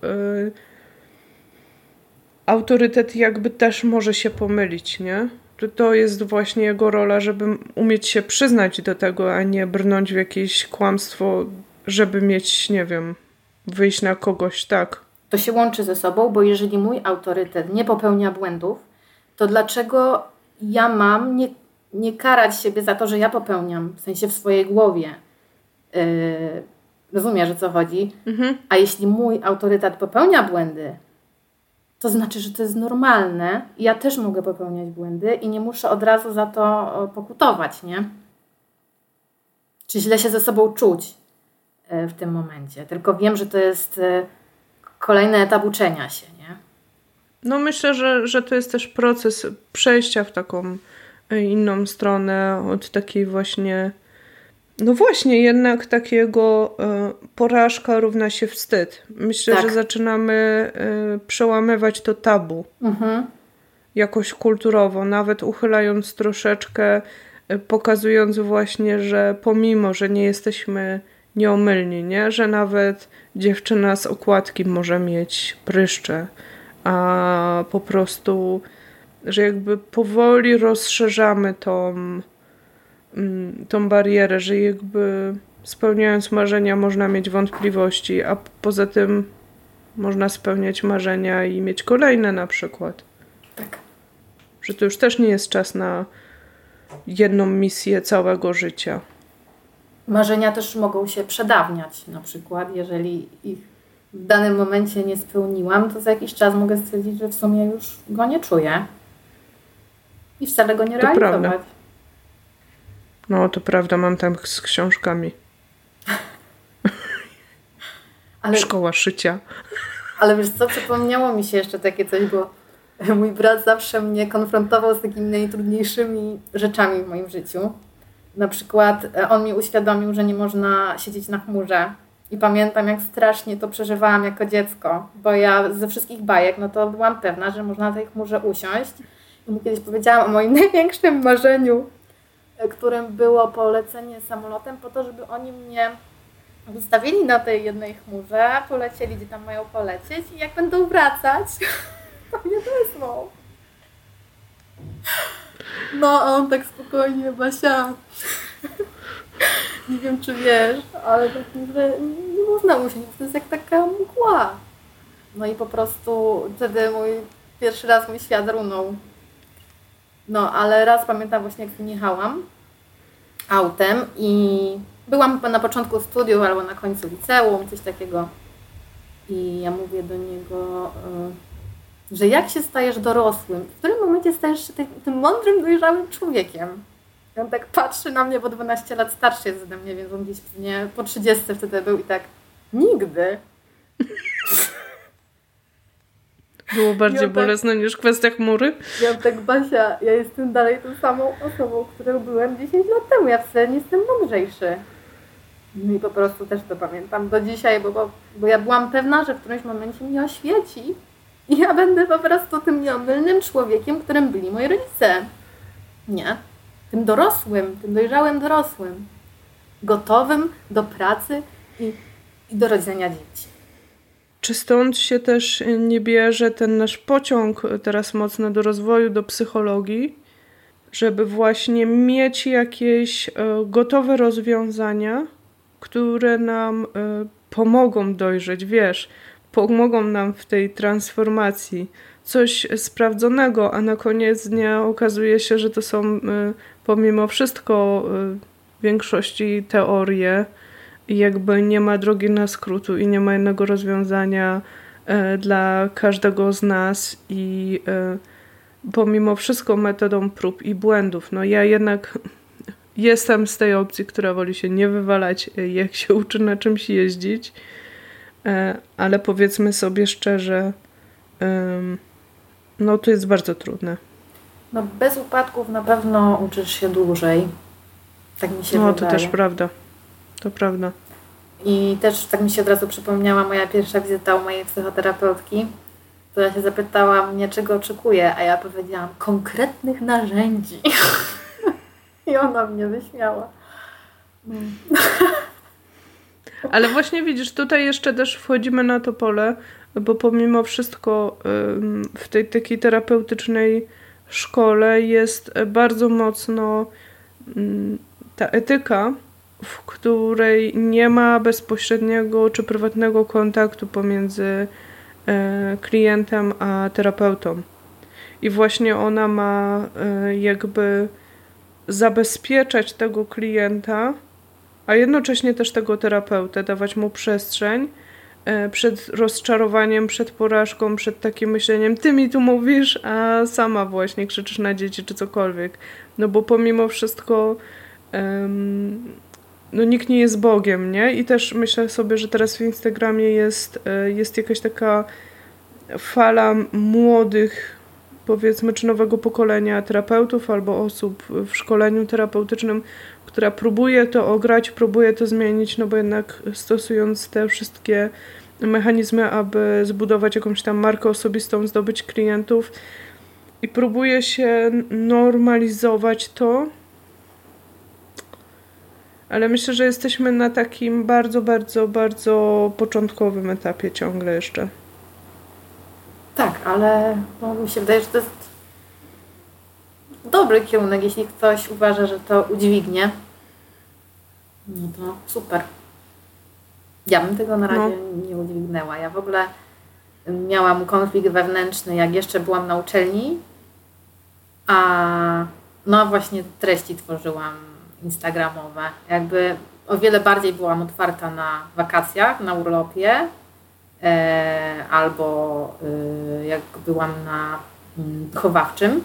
autorytet jakby też może się pomylić, nie? Że to jest właśnie jego rola, żeby umieć się przyznać do tego, a nie brnąć w jakieś kłamstwo, żeby mieć, nie wiem, wyjść na kogoś, tak. To się łączy ze sobą, bo jeżeli mój autorytet nie popełnia błędów, to dlaczego ja mam nie karać siebie za to, że ja popełniam, w sensie w swojej głowie. Rozumiesz, o co chodzi? A jeśli mój autorytet popełnia błędy, to znaczy, że to jest normalne i ja też mogę popełniać błędy i nie muszę od razu za to pokutować, nie? Czy źle się ze sobą czuć w tym momencie. Tylko wiem, że to jest kolejny etap uczenia się, nie? No myślę, że to jest też proces przejścia w taką inną stronę od takiej właśnie, no właśnie jednak takiego porażka równa się wstyd. Myślę, że zaczynamy przełamywać to tabu jakoś kulturowo, nawet uchylając troszeczkę, pokazując właśnie, że pomimo, że nie jesteśmy nieomylni, nie? Że nawet dziewczyna z okładki może mieć pryszcze, a po prostu, że jakby powoli rozszerzamy tą barierę, że jakby spełniając marzenia można mieć wątpliwości, a poza tym można spełniać marzenia i mieć kolejne na przykład. Tak. Że to już też nie jest czas na jedną misję całego życia. Marzenia też mogą się przedawniać na przykład. Jeżeli ich w danym momencie nie spełniłam, to za jakiś czas mogę stwierdzić, że w sumie już go nie czuję. I wcale go nie realizować. Prawda. No, to prawda, mam tam z książkami. Szkoła szycia. Ale wiesz co, przypomniało mi się jeszcze takie coś, bo mój brat zawsze mnie konfrontował z takimi najtrudniejszymi rzeczami w moim życiu. Na przykład on mi uświadomił, że nie można siedzieć na chmurze. I pamiętam, jak strasznie to przeżywałam jako dziecko, bo ja ze wszystkich bajek, no to byłam pewna, że można na tej chmurze usiąść. I mu kiedyś powiedziałam o moim największym marzeniu, którym było polecenie samolotem po to, żeby oni mnie zostawili na tej jednej chmurze, polecieli gdzie tam mają polecieć i jak będą wracać, to mnie wezmą. No, a on tak spokojnie, Basia. Nie wiem, czy wiesz, ale tak, że nie można usiąść, to jest jak taka mgła. No i po prostu wtedy pierwszy raz mój świat runął. No, ale raz pamiętam właśnie, jak wyjechałam autem i byłam na początku studiów albo na końcu liceum, coś takiego. I ja mówię do niego, że jak się stajesz dorosłym? W którym momencie stajesz się tym mądrym, dojrzałym człowiekiem? I on tak patrzy na mnie, bo 12 lat starszy jest ode mnie, więc on gdzieś pewnie po 30 wtedy był i tak, nigdy. Było bardziej bolesne niż kwestia chmury? Ja tak, Basia, ja jestem dalej tą samą osobą, którą byłem 10 lat temu. Ja wcale nie jestem mądrzejszy. No i po prostu też to pamiętam do dzisiaj, bo ja byłam pewna, że w którymś momencie mnie oświeci i ja będę po prostu tym nieomylnym człowiekiem, którym byli moi rodzice. Nie. Tym dorosłym, tym dojrzałym dorosłym. Gotowym do pracy i do rodzenia dzieci. Czy stąd się też nie bierze ten nasz pociąg teraz mocno do rozwoju, do psychologii, żeby właśnie mieć jakieś gotowe rozwiązania, które nam pomogą dojrzeć, wiesz, pomogą nam w tej transformacji. Coś sprawdzonego, a na koniec dnia okazuje się, że to są pomimo wszystko w większości teorie i jakby nie ma drogi na skrótu i nie ma jednego rozwiązania dla każdego z nas i pomimo wszystko metodą prób i błędów. No ja jednak jestem z tej opcji, która woli się nie wywalać, jak się uczy na czymś jeździć, ale powiedzmy sobie szczerze, no to jest bardzo trudne. No bez upadków na pewno uczysz się dłużej. Tak mi się wydaje. No to też prawda. To prawda. I też tak mi się od razu przypomniała moja pierwsza wizyta u mojej psychoterapeutki, która się zapytała mnie, czego oczekuję, a ja powiedziałam konkretnych narzędzi. I ona mnie wyśmiała. Ale właśnie widzisz, tutaj jeszcze też wchodzimy na to pole, bo pomimo wszystko w tej takiej terapeutycznej szkole jest bardzo mocno ta etyka, w której nie ma bezpośredniego czy prywatnego kontaktu pomiędzy klientem a terapeutą. I właśnie ona ma jakby zabezpieczać tego klienta, a jednocześnie też tego terapeutę, dawać mu przestrzeń przed rozczarowaniem, przed porażką, przed takim myśleniem, ty mi tu mówisz, a sama właśnie krzyczysz na dzieci czy cokolwiek. No bo pomimo wszystko no nikt nie jest Bogiem, nie? I też myślę sobie, że teraz w Instagramie jest jakaś taka fala młodych, powiedzmy, czy nowego pokolenia terapeutów albo osób w szkoleniu terapeutycznym, która próbuje to ograć, próbuje to zmienić, no bo jednak stosując te wszystkie mechanizmy, aby zbudować jakąś tam markę osobistą, zdobyć klientów i próbuje się normalizować to, ale myślę, że jesteśmy na takim bardzo, bardzo, bardzo początkowym etapie ciągle jeszcze. Tak, ale mi się wydaje, że to jest dobry kierunek, jeśli ktoś uważa, że to udźwignie. No to super. Ja bym tego na razie nie udźwignęła. Ja w ogóle miałam konflikt wewnętrzny, jak jeszcze byłam na uczelni, a no właśnie treści tworzyłam instagramowe. Jakby o wiele bardziej byłam otwarta na wakacjach, na urlopie, albo jak byłam na wychowawczym,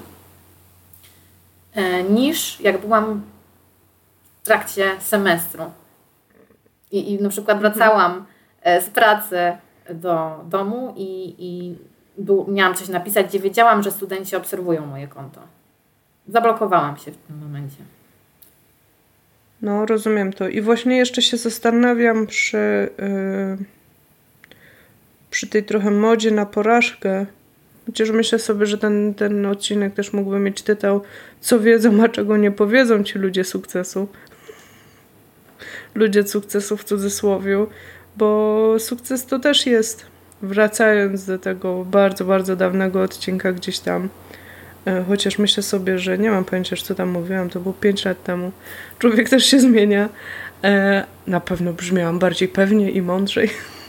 niż jak byłam w trakcie semestru. I na przykład wracałam z pracy do domu i miałam coś napisać, gdzie wiedziałam, że studenci obserwują moje konto. Zablokowałam się w tym momencie. No, rozumiem to. I właśnie jeszcze się zastanawiam przy tej trochę modzie na porażkę, Chociaż myślę sobie, że ten odcinek też mógłby mieć tytuł co wiedzą, a czego nie powiedzą ci ludzie sukcesu. Ludzie sukcesu w cudzysłowiu, bo sukces to też jest, wracając do tego bardzo, bardzo dawnego odcinka gdzieś tam, chociaż myślę sobie, że nie mam pojęcia, co tam mówiłam, to było 5 lat temu. Człowiek też się zmienia. Na pewno brzmiałam bardziej pewnie i mądrzej.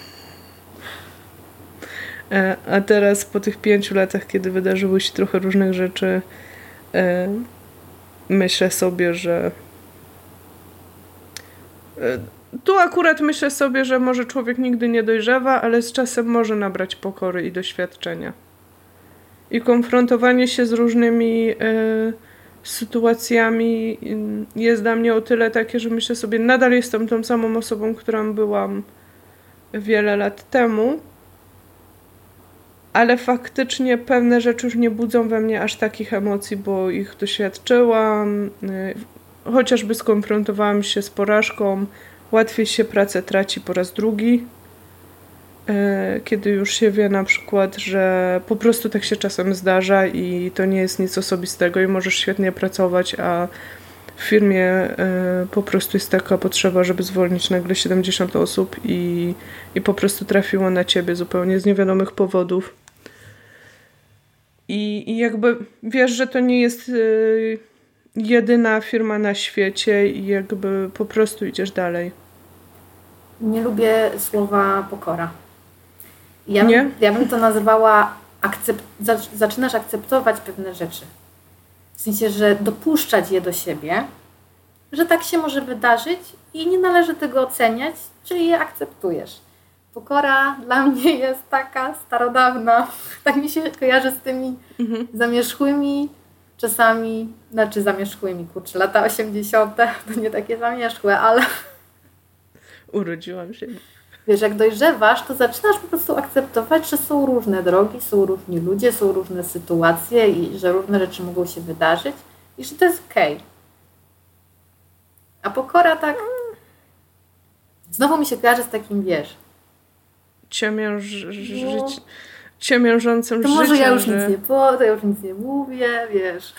A teraz po tych 5 latach, kiedy wydarzyło się trochę różnych rzeczy, myślę sobie, że tu akurat myślę sobie, że może człowiek nigdy nie dojrzewa, ale z czasem może nabrać pokory i doświadczenia. I konfrontowanie się z różnymi sytuacjami jest dla mnie o tyle takie, że myślę sobie, nadal jestem tą samą osobą, którą byłam wiele lat temu, ale faktycznie pewne rzeczy już nie budzą we mnie aż takich emocji, bo ich doświadczyłam, chociażby skonfrontowałam się z porażką, łatwiej się pracę traci po raz drugi, kiedy już się wie na przykład, że po prostu tak się czasem zdarza i to nie jest nic osobistego i możesz świetnie pracować, a w firmie po prostu jest taka potrzeba, żeby zwolnić nagle 70 osób i po prostu trafiło na ciebie zupełnie z niewiadomych powodów. I jakby wiesz, że to nie jest jedyna firma na świecie i jakby po prostu idziesz dalej. Nie lubię słowa pokora. Nie? Ja bym to nazywała zaczynasz akceptować pewne rzeczy. W sensie, że dopuszczać je do siebie, że tak się może wydarzyć i nie należy tego oceniać, czyli je akceptujesz. Pokora dla mnie jest taka starodawna. Tak mi się kojarzy z tymi zamierzchłymi czasami, zamierzchłymi, lata 80. to nie takie zamierzchłe, ale urodziłam się. Wiesz, jak dojrzewasz, to zaczynasz po prostu akceptować, że są różne drogi, są różni ludzie, są różne sytuacje i że różne rzeczy mogą się wydarzyć i że to jest okej. A pokora tak znowu mi się kojarzy z takim, wiesz, ciemiężącym to życiem. może ja już nic nie mówię, wiesz.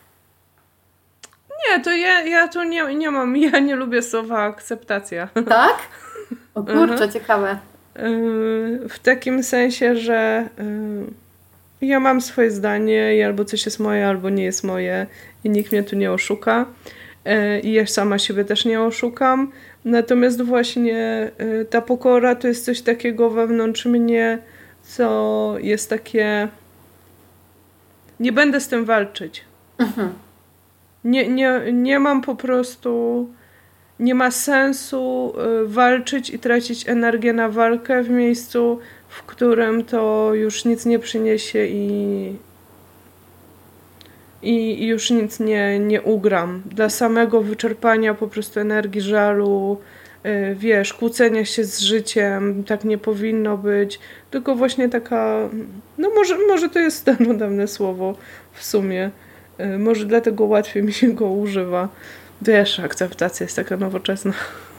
Nie, to ja tu nie mam, ja nie lubię słowa akceptacja. Tak? O kurczę, ciekawe. W takim sensie, że ja mam swoje zdanie i albo coś jest moje, albo nie jest moje i nikt mnie tu nie oszuka. I ja sama siebie też nie oszukam. Natomiast właśnie ta pokora to jest coś takiego wewnątrz mnie, co jest takie... Nie będę z tym walczyć. Nie mam po prostu... Nie ma sensu walczyć i tracić energię na walkę w miejscu, w którym to już nic nie przyniesie i już nic nie ugram. Dla samego wyczerpania po prostu energii, żalu, wiesz, kłócenia się z życiem, tak nie powinno być. Tylko właśnie taka, no może to jest starodawne słowo w sumie. Może dlatego łatwiej mi się go używa. Wiesz, akceptacja jest taka nowoczesna.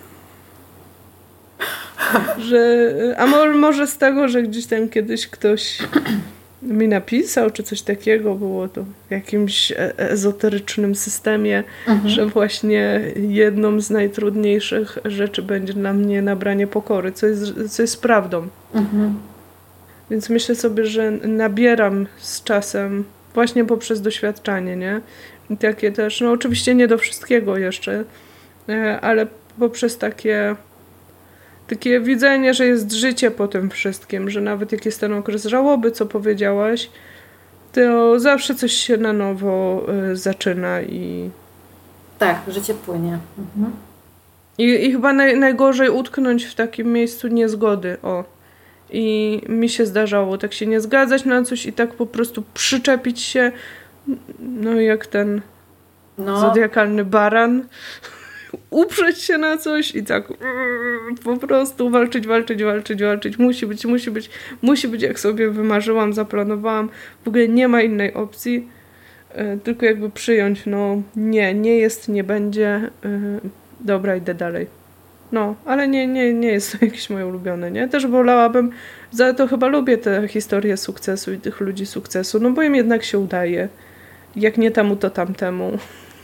A może z tego, że gdzieś tam kiedyś ktoś mi napisał, czy coś takiego było to w jakimś ezoterycznym systemie, że właśnie jedną z najtrudniejszych rzeczy będzie dla mnie nabranie pokory, co jest prawdą. Więc myślę sobie, że nabieram z czasem właśnie poprzez doświadczanie, nie? I takie też, no oczywiście nie do wszystkiego jeszcze, ale poprzez takie widzenie, że jest życie po tym wszystkim, że nawet jak jest ten okres żałoby, co powiedziałaś, to zawsze coś się na nowo zaczyna i... Tak, życie płynie. I chyba najgorzej utknąć w takim miejscu niezgody, I mi się zdarzało tak się nie zgadzać na coś i tak po prostu przyczepić się, no jak ten zodiakalny baran, uprzeć się na coś i tak po prostu walczyć. Musi być jak sobie wymarzyłam, zaplanowałam. W ogóle nie ma innej opcji, tylko jakby przyjąć, nie jest, nie będzie, dobra, idę dalej. No, ale nie jest to jakieś moje ulubione, nie? Też wolałabym, za to chyba lubię te historie sukcesu i tych ludzi sukcesu, no bo im jednak się udaje. Jak nie temu, to tamtemu.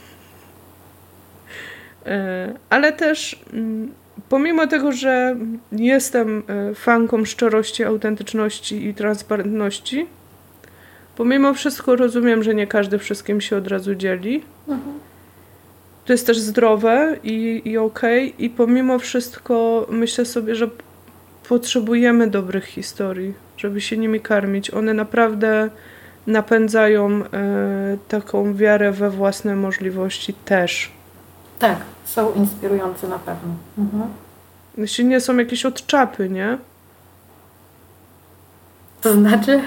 Ale też pomimo tego, że jestem fanką szczerości, autentyczności i transparentności, pomimo wszystko rozumiem, że nie każdy wszystkim się od razu dzieli. To jest też zdrowe i okej. I pomimo wszystko myślę sobie, że potrzebujemy dobrych historii, żeby się nimi karmić. One naprawdę napędzają taką wiarę we własne możliwości też. Tak, są inspirujące na pewno. Jeśli nie są jakieś odczapy, nie? To znaczy?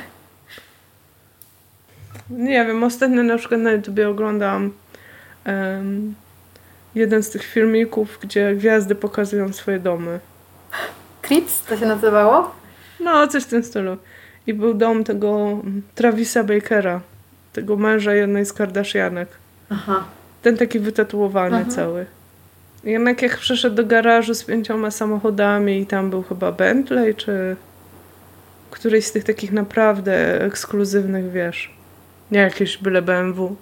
Nie wiem, ostatnio na przykład na YouTubie oglądałam jeden z tych filmików, gdzie gwiazdy pokazują swoje domy. Crips to się nazywało? No, coś w tym stylu. I był dom tego Travisa Bakera, tego męża jednej z Kardashianek. Aha. Ten taki wytatuowany cały. I jednak jak przyszedł do garażu z 5 samochodami i tam był chyba Bentley, czy któryś z tych takich naprawdę ekskluzywnych, wiesz, nie jakieś byle BMW.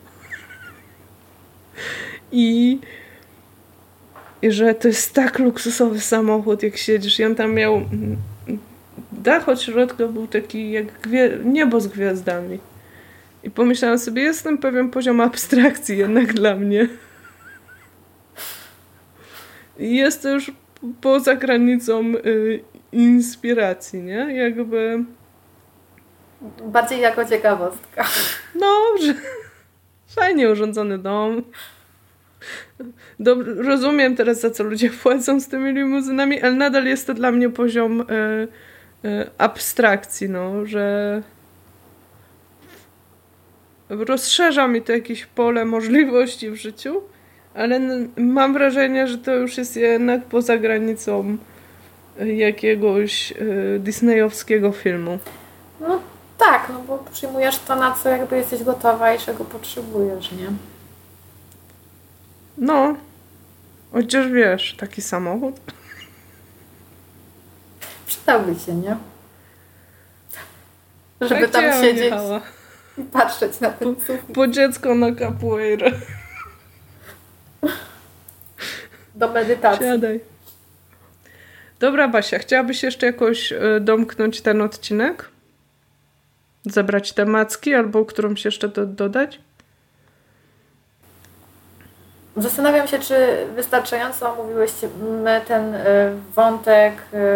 I że to jest tak luksusowy samochód, jak siedzisz. I on tam miał dach od środka był taki jak niebo z gwiazdami. I pomyślałam sobie, jest ten pewien poziom abstrakcji jednak dla mnie. I jest to już poza granicą inspiracji, nie? Jakby... Bardziej jako ciekawostka. No, że fajnie urządzony dom. Rozumiem teraz, za co ludzie płacą z tymi limuzynami, ale nadal jest to dla mnie poziom abstrakcji, no, że rozszerza mi to jakieś pole możliwości w życiu, ale mam wrażenie, że to już jest jednak poza granicą jakiegoś disneyowskiego filmu. No tak, no bo przyjmujesz to, na co jakby jesteś gotowa i czego potrzebujesz, nie? No, chociaż wiesz, taki samochód. Przydałby się, nie? Żeby Tak tam siedzieć jechała. i patrzeć na ten sufit. Po dziecko na capoeirę. Do medytacji. Siadaj. Dobra, Basia, chciałabyś jeszcze jakoś domknąć ten odcinek? Zabrać te macki albo którąś jeszcze dodać? Zastanawiam się, czy wystarczająco omówiłyśmy ten wątek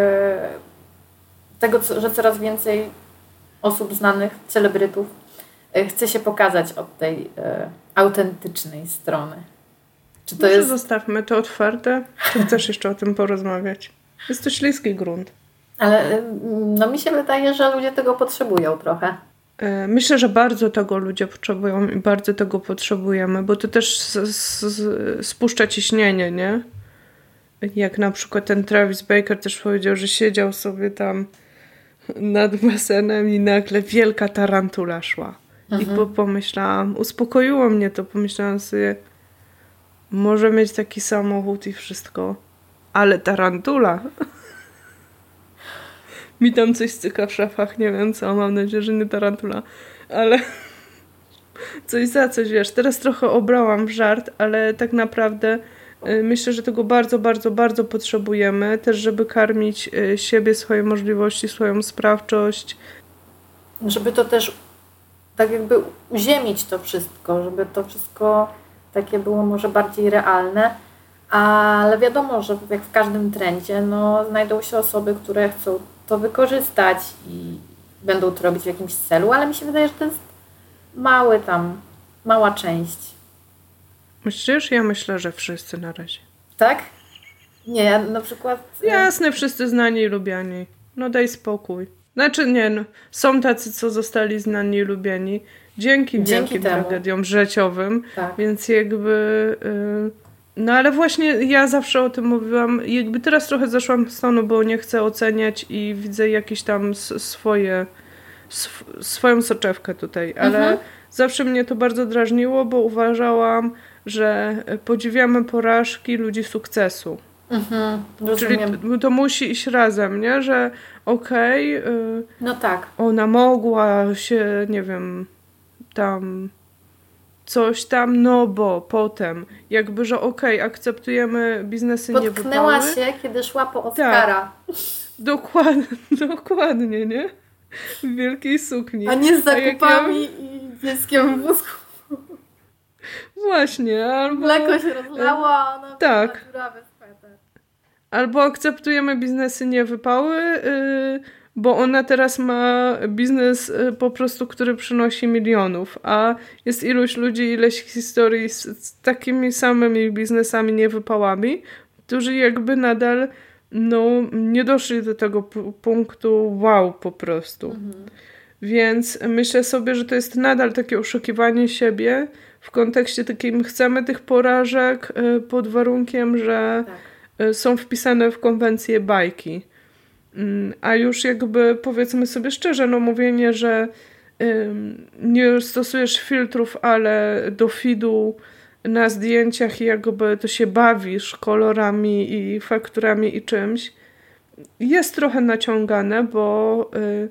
tego, że coraz więcej osób znanych, celebrytów chce się pokazać od tej autentycznej strony. Czy to Może jest... zostawmy to otwarte, czy chcesz jeszcze o tym porozmawiać? Jest to śliski grunt. Ale no mi się wydaje, że ludzie tego potrzebują trochę. Myślę, że bardzo tego ludzie potrzebują i bardzo tego potrzebujemy, bo to też spuszcza ciśnienie, nie? Jak na przykład ten Travis Baker też powiedział, że siedział sobie tam nad basenem i nagle wielka tarantula szła. I pomyślałam, uspokoiło mnie to, pomyślałam sobie, może mieć taki samochód i wszystko, ale tarantula... Mi tam coś cyka w szafach, nie wiem co, mam nadzieję, że nie tarantula, ale coś za coś, wiesz. Teraz trochę obrałam w żart, ale tak naprawdę myślę, że tego bardzo, bardzo, bardzo potrzebujemy, też żeby karmić siebie, swoje możliwości, swoją sprawczość. Żeby to też tak jakby uziemić to wszystko, żeby to wszystko takie było może bardziej realne, ale wiadomo, że jak w każdym trendzie, no znajdą się osoby, które chcą to wykorzystać i będą to robić w jakimś celu, ale mi się wydaje, że to jest mała część. Myślisz? Ja myślę, że wszyscy na razie. Tak? Nie, ja na przykład... Jasne, wszyscy znani i lubiani. No daj spokój. Znaczy nie, no, są tacy, co zostali znani i lubiani dzięki wielkim tragediom życiowym, tak. Więc jakby... No ale właśnie ja zawsze o tym mówiłam, jakby teraz trochę zeszłam z tonu, bo nie chcę oceniać i widzę jakieś tam swoją soczewkę tutaj, ale zawsze mnie to bardzo drażniło, bo uważałam, że podziwiamy porażki ludzi sukcesu. Czyli to musi iść razem, nie? Że okej, no tak. Ona mogła się, nie wiem, tam coś tam, no bo potem jakby, że akceptujemy biznesy nie wypały. Potknęła się, kiedy szła po Oscara. Tak. Dokładnie, nie? W wielkiej sukni. A nie z zakupami i dzieckiem w wózku. Właśnie, albo... Mleko się rozlało, a ona tak. dziurawy sweter. Albo akceptujemy biznesy nie wypały, bo ona teraz ma biznes po prostu, który przynosi milionów, a jest iluś ludzi, ileś historii z takimi samymi biznesami niewypałami, którzy jakby nadal nie doszli do tego punktu wow po prostu. Więc myślę sobie, że to jest nadal takie oszukiwanie siebie w kontekście takim chcemy tych porażek pod warunkiem, że są wpisane w konwencję bajki. A już jakby powiedzmy sobie szczerze, mówienie, że nie stosujesz filtrów, ale do feedu na zdjęciach i jakby to się bawisz kolorami i fakturami i czymś, jest trochę naciągane, bo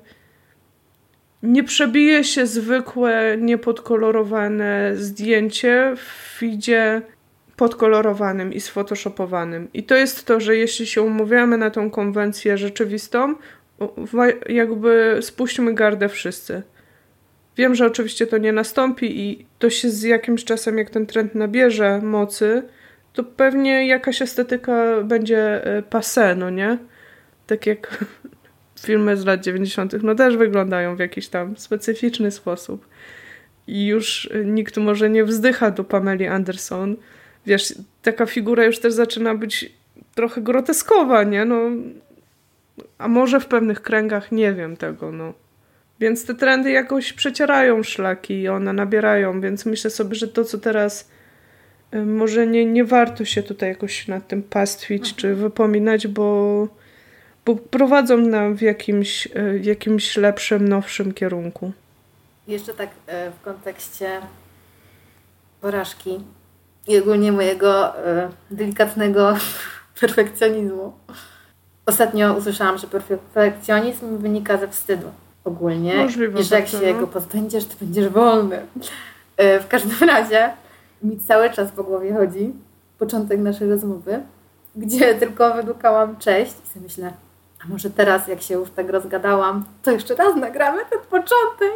nie przebije się zwykłe, niepodkolorowane zdjęcie w feedzie podkolorowanym i sfotoshopowanym. I to jest to, że jeśli się umawiamy na tą konwencję rzeczywistą, jakby spuśćmy gardę wszyscy. Wiem, że oczywiście to nie nastąpi i to się z jakimś czasem, jak ten trend nabierze mocy, to pewnie jakaś estetyka będzie passé, nie? Tak jak filmy z lat 90. Też wyglądają w jakiś tam specyficzny sposób. I już nikt może nie wzdycha do Pameli Anderson. Wiesz, taka figura już też zaczyna być trochę groteskowa, nie? A może w pewnych kręgach nie wiem tego, Więc te trendy jakoś przecierają szlaki i one nabierają, więc myślę sobie, że to, co teraz może nie warto się tutaj jakoś nad tym pastwić czy wypominać, bo prowadzą nam w jakimś lepszym, nowszym kierunku. Jeszcze tak w kontekście porażki i ogólnie mojego delikatnego perfekcjonizmu. Ostatnio usłyszałam, że perfekcjonizm wynika ze wstydu ogólnie. Możliwe, i że jak się go pozbędziesz, to będziesz wolny. W każdym razie mi cały czas po głowie chodzi początek naszej rozmowy, gdzie tylko wydukałam cześć i sobie myślę, a może teraz, jak się już tak rozgadałam, to jeszcze raz nagramy ten początek.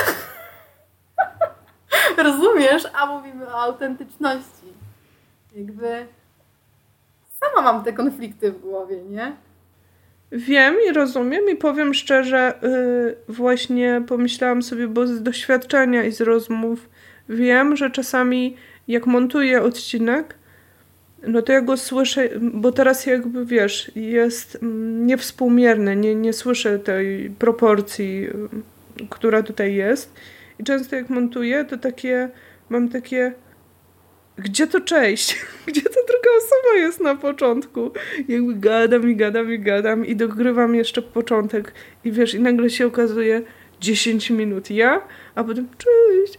Rozumiesz? A mówimy o autentyczności. Jakby sama mam te konflikty w głowie, nie? Wiem i rozumiem i powiem szczerze, właśnie pomyślałam sobie, bo z doświadczenia i z rozmów wiem, że czasami jak montuję odcinek, to ja go słyszę, bo teraz jakby wiesz, jest niewspółmierny, nie słyszę tej proporcji, która tutaj jest. I często jak montuję, to mam takie gdzie to cześć? Gdzie ta druga osoba jest na początku? Jakby gadam i dogrywam jeszcze początek i wiesz, i nagle się okazuje 10 minut ja, a potem cześć.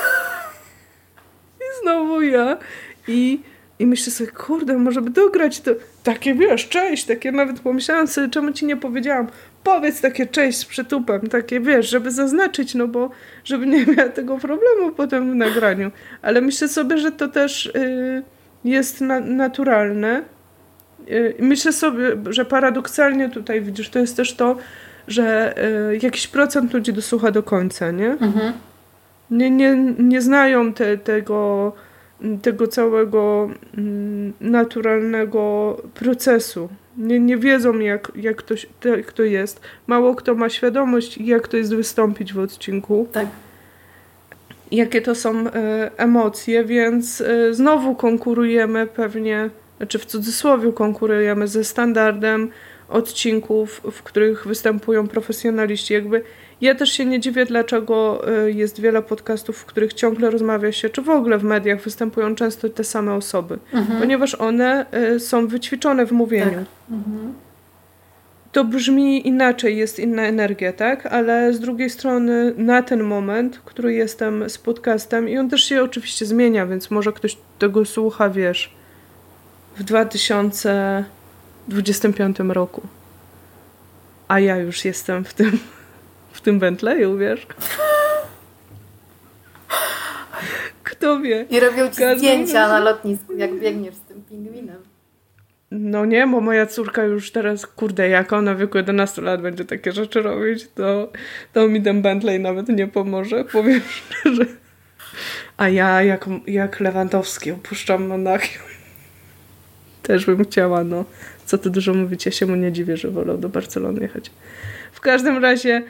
I znowu ja. I myślę sobie, kurde, może by dograć to. Takie wiesz, cześć, takie nawet pomyślałam sobie, czemu ci nie powiedziałam. Powiedz takie cześć z przytupem, takie wiesz, żeby zaznaczyć, bo żeby nie miała tego problemu potem w nagraniu. Ale myślę sobie, że to też jest naturalne. Myślę sobie, że paradoksalnie tutaj widzisz, to jest też to, że jakiś procent ludzi dosłucha do końca, nie? Mhm. Nie znają tego całego naturalnego procesu. Nie wiedzą, jak to jest. Mało kto ma świadomość, jak to jest wystąpić w odcinku. Tak. Jakie to są emocje, więc znowu konkurujemy pewnie, znaczy w cudzysłowie konkurujemy ze standardem odcinków, w których występują profesjonaliści. Jakby ja też się nie dziwię, dlaczego jest wiele podcastów, w których ciągle rozmawia się, czy w ogóle w mediach występują często te same osoby, ponieważ one są wyćwiczone w mówieniu. Tak. Mhm. To brzmi inaczej, jest inna energia, tak? Ale z drugiej strony na ten moment, który jestem z podcastem i on też się oczywiście zmienia, więc może ktoś tego słucha, wiesz, w 2025 roku. A ja już jestem w tym Bentleyu, wiesz? Kto wie? I robią ci zdjęcia na lotnisku, jak biegniesz z tym pingwinem. No nie, bo moja córka już teraz, kurde, jak ona w wieku 11 lat będzie takie rzeczy robić, to mi ten Bentley nawet nie pomoże, powiem szczerze. A ja jak Lewandowski opuszczam Monachium. Też bym chciała, no. Co tu dużo mówić, ja się mu nie dziwię, że wolał do Barcelony jechać. W każdym razie,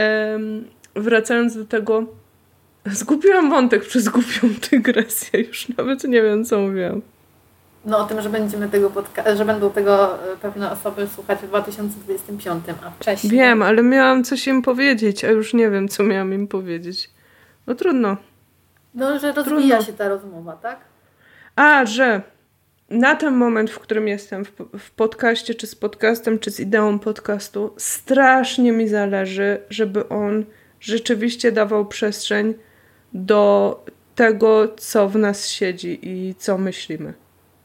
wracając do tego, zgubiłam wątek przez głupią dygresję. Już nawet nie wiem, co mówiłam. No o tym, że że będą tego pewne osoby słuchać w 2025, a wcześniej. Wiem, ale miałam coś im powiedzieć, a już nie wiem, co miałam im powiedzieć. No trudno. No, że rozwija się ta rozmowa, tak? A, że na ten moment, w którym jestem w podcaście, czy z podcastem, czy z ideą podcastu, strasznie mi zależy, żeby on rzeczywiście dawał przestrzeń do tego, co w nas siedzi i co myślimy.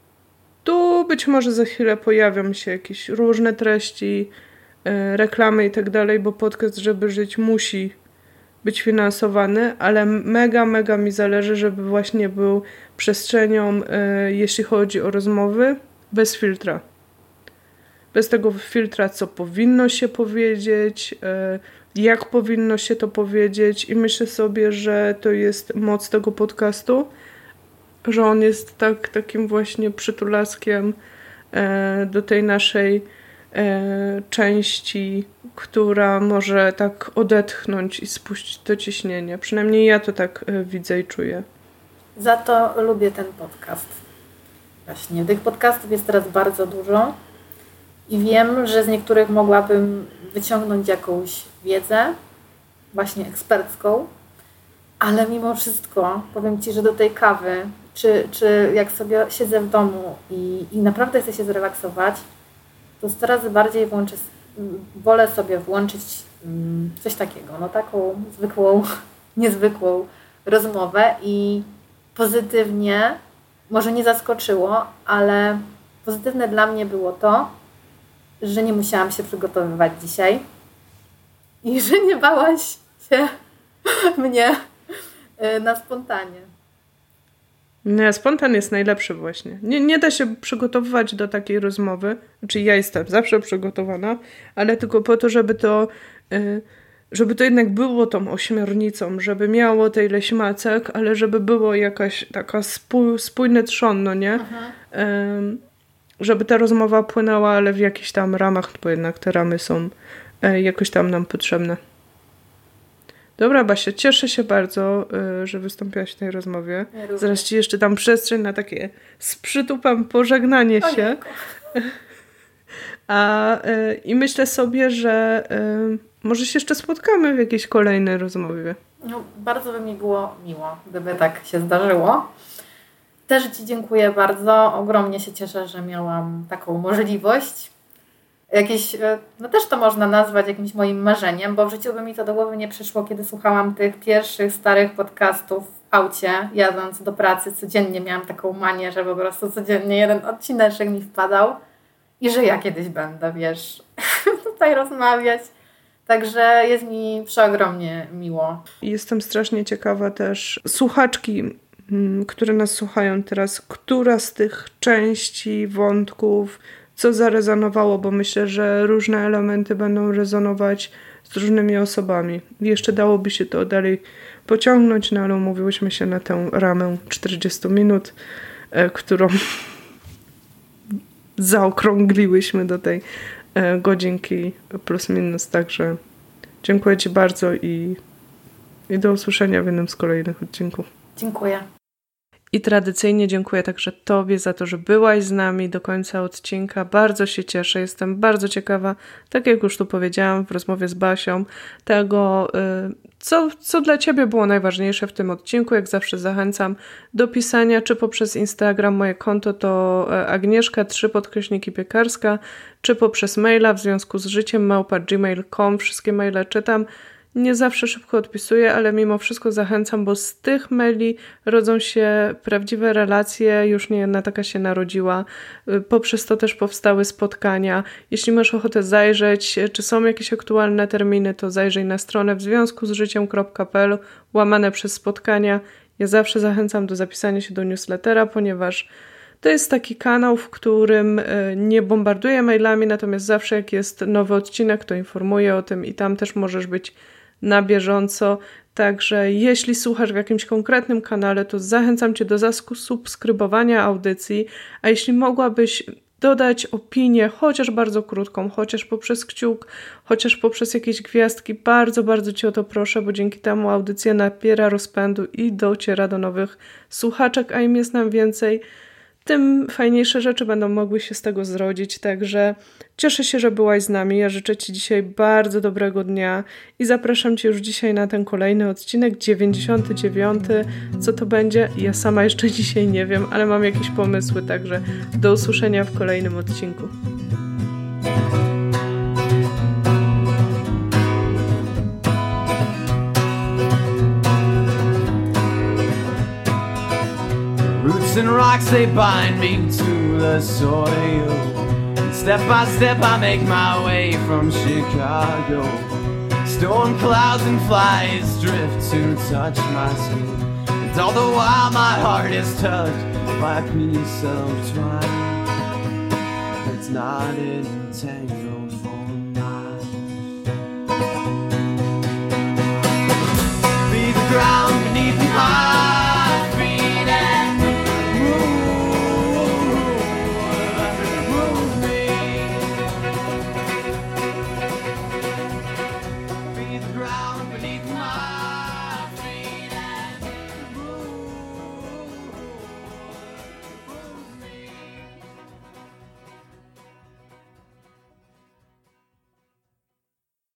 Tu być może za chwilę pojawią się jakieś różne treści, reklamy i tak dalej, bo podcast, żeby żyć, musi być finansowany, ale mega, mega mi zależy, żeby właśnie był przestrzenią, jeśli chodzi o rozmowy, bez filtra. Bez tego filtra, co powinno się powiedzieć, jak powinno się to powiedzieć i myślę sobie, że to jest moc tego podcastu, że on jest takim właśnie przytulaskiem do tej naszej części, która może tak odetchnąć i spuścić to ciśnienie. Przynajmniej ja to tak widzę i czuję. Za to lubię ten podcast. Właśnie, tych podcastów jest teraz bardzo dużo i wiem, że z niektórych mogłabym wyciągnąć jakąś wiedzę, właśnie ekspercką, ale mimo wszystko powiem Ci, że do tej kawy, czy jak sobie siedzę w domu i naprawdę chcę się zrelaksować, to 100 razy bardziej wolę sobie włączyć coś takiego, no taką zwykłą, niezwykłą rozmowę i pozytywnie, może nie zaskoczyło, ale pozytywne dla mnie było to, że nie musiałam się przygotowywać dzisiaj i że nie bałaś się mnie na spontanie. Nie, spontan jest najlepszy właśnie. Nie da się przygotowywać do takiej rozmowy. Znaczy ja jestem zawsze przygotowana, ale tylko po to, żeby to jednak było tą ośmiornicą, żeby miało tej ileś macek, ale żeby było jakaś taka spójny trzon, no nie? Żeby ta rozmowa płynęła, ale w jakichś tam ramach, bo jednak te ramy są jakoś tam nam potrzebne. Dobra, Basia, cieszę się bardzo, że wystąpiłaś w tej rozmowie. Ja zaraz Ci jeszcze dam przestrzeń na takie z przytupem pożegnanie się. I myślę sobie, że może się jeszcze spotkamy w jakiejś kolejnej rozmowie. No, bardzo by mi było miło, gdyby tak się zdarzyło. Też Ci dziękuję bardzo. Ogromnie się cieszę, że miałam taką możliwość. No też to można nazwać jakimś moim marzeniem, bo w życiu by mi to do głowy nie przyszło, kiedy słuchałam tych pierwszych starych podcastów w aucie, jadąc do pracy. Codziennie miałam taką manię, że po prostu codziennie jeden odcineczek mi wpadał i że ja kiedyś będę, wiesz, tutaj rozmawiać. Także jest mi przeogromnie miło. Jestem strasznie ciekawa też słuchaczki, które nas słuchają teraz, która z tych części, wątków, co zarezonowało, bo myślę, że różne elementy będą rezonować z różnymi osobami. Jeszcze dałoby się to dalej pociągnąć, no ale umówiłyśmy się na tę ramę 40 minut, którą zaokrągliłyśmy do tej godzinki plus minus, także dziękuję Ci bardzo i do usłyszenia w jednym z kolejnych odcinków. Dziękuję. I tradycyjnie dziękuję także Tobie za to, że byłaś z nami do końca odcinka. Bardzo się cieszę, jestem bardzo ciekawa, tak jak już tu powiedziałam w rozmowie z Basią, tego, co dla Ciebie było najważniejsze w tym odcinku. Jak zawsze zachęcam do pisania, czy poprzez Instagram, moje konto to Agnieszka_piekarska, czy poprzez maila w związku z życiem @gmail.com. Wszystkie maile czytam. Nie zawsze szybko odpisuję, ale mimo wszystko zachęcam, bo z tych maili rodzą się prawdziwe relacje, już nie jedna taka się narodziła. Poprzez to też powstały spotkania. Jeśli masz ochotę zajrzeć, czy są jakieś aktualne terminy, to zajrzyj na stronę wzwiązkuzżyciem.pl /spotkania. Ja zawsze zachęcam do zapisania się do newslettera, ponieważ to jest taki kanał, w którym nie bombarduję mailami, natomiast zawsze jak jest nowy odcinek, to informuję o tym i tam też możesz być na bieżąco. Także jeśli słuchasz w jakimś konkretnym kanale, to zachęcam Cię do zasubskrybowania audycji, a jeśli mogłabyś dodać opinię, chociaż bardzo krótką, chociaż poprzez kciuk, chociaż poprzez jakieś gwiazdki, bardzo, bardzo Cię o to proszę, bo dzięki temu audycja nabiera rozpędu i dociera do nowych słuchaczek, a im jest nam więcej, tym fajniejsze rzeczy będą mogły się z tego zrodzić, także cieszę się, że byłaś z nami. Ja życzę Ci dzisiaj bardzo dobrego dnia i zapraszam Cię już dzisiaj na ten kolejny odcinek, 99. Co to będzie? Ja sama jeszcze dzisiaj nie wiem, ale mam jakieś pomysły, także do usłyszenia w kolejnym odcinku. Roots and rocks, they bind me to the soil. And step by step I make my way from Chicago. Storm clouds and flies drift to touch my skin. And all the while my heart is touched by a piece of twine. It's not entangled.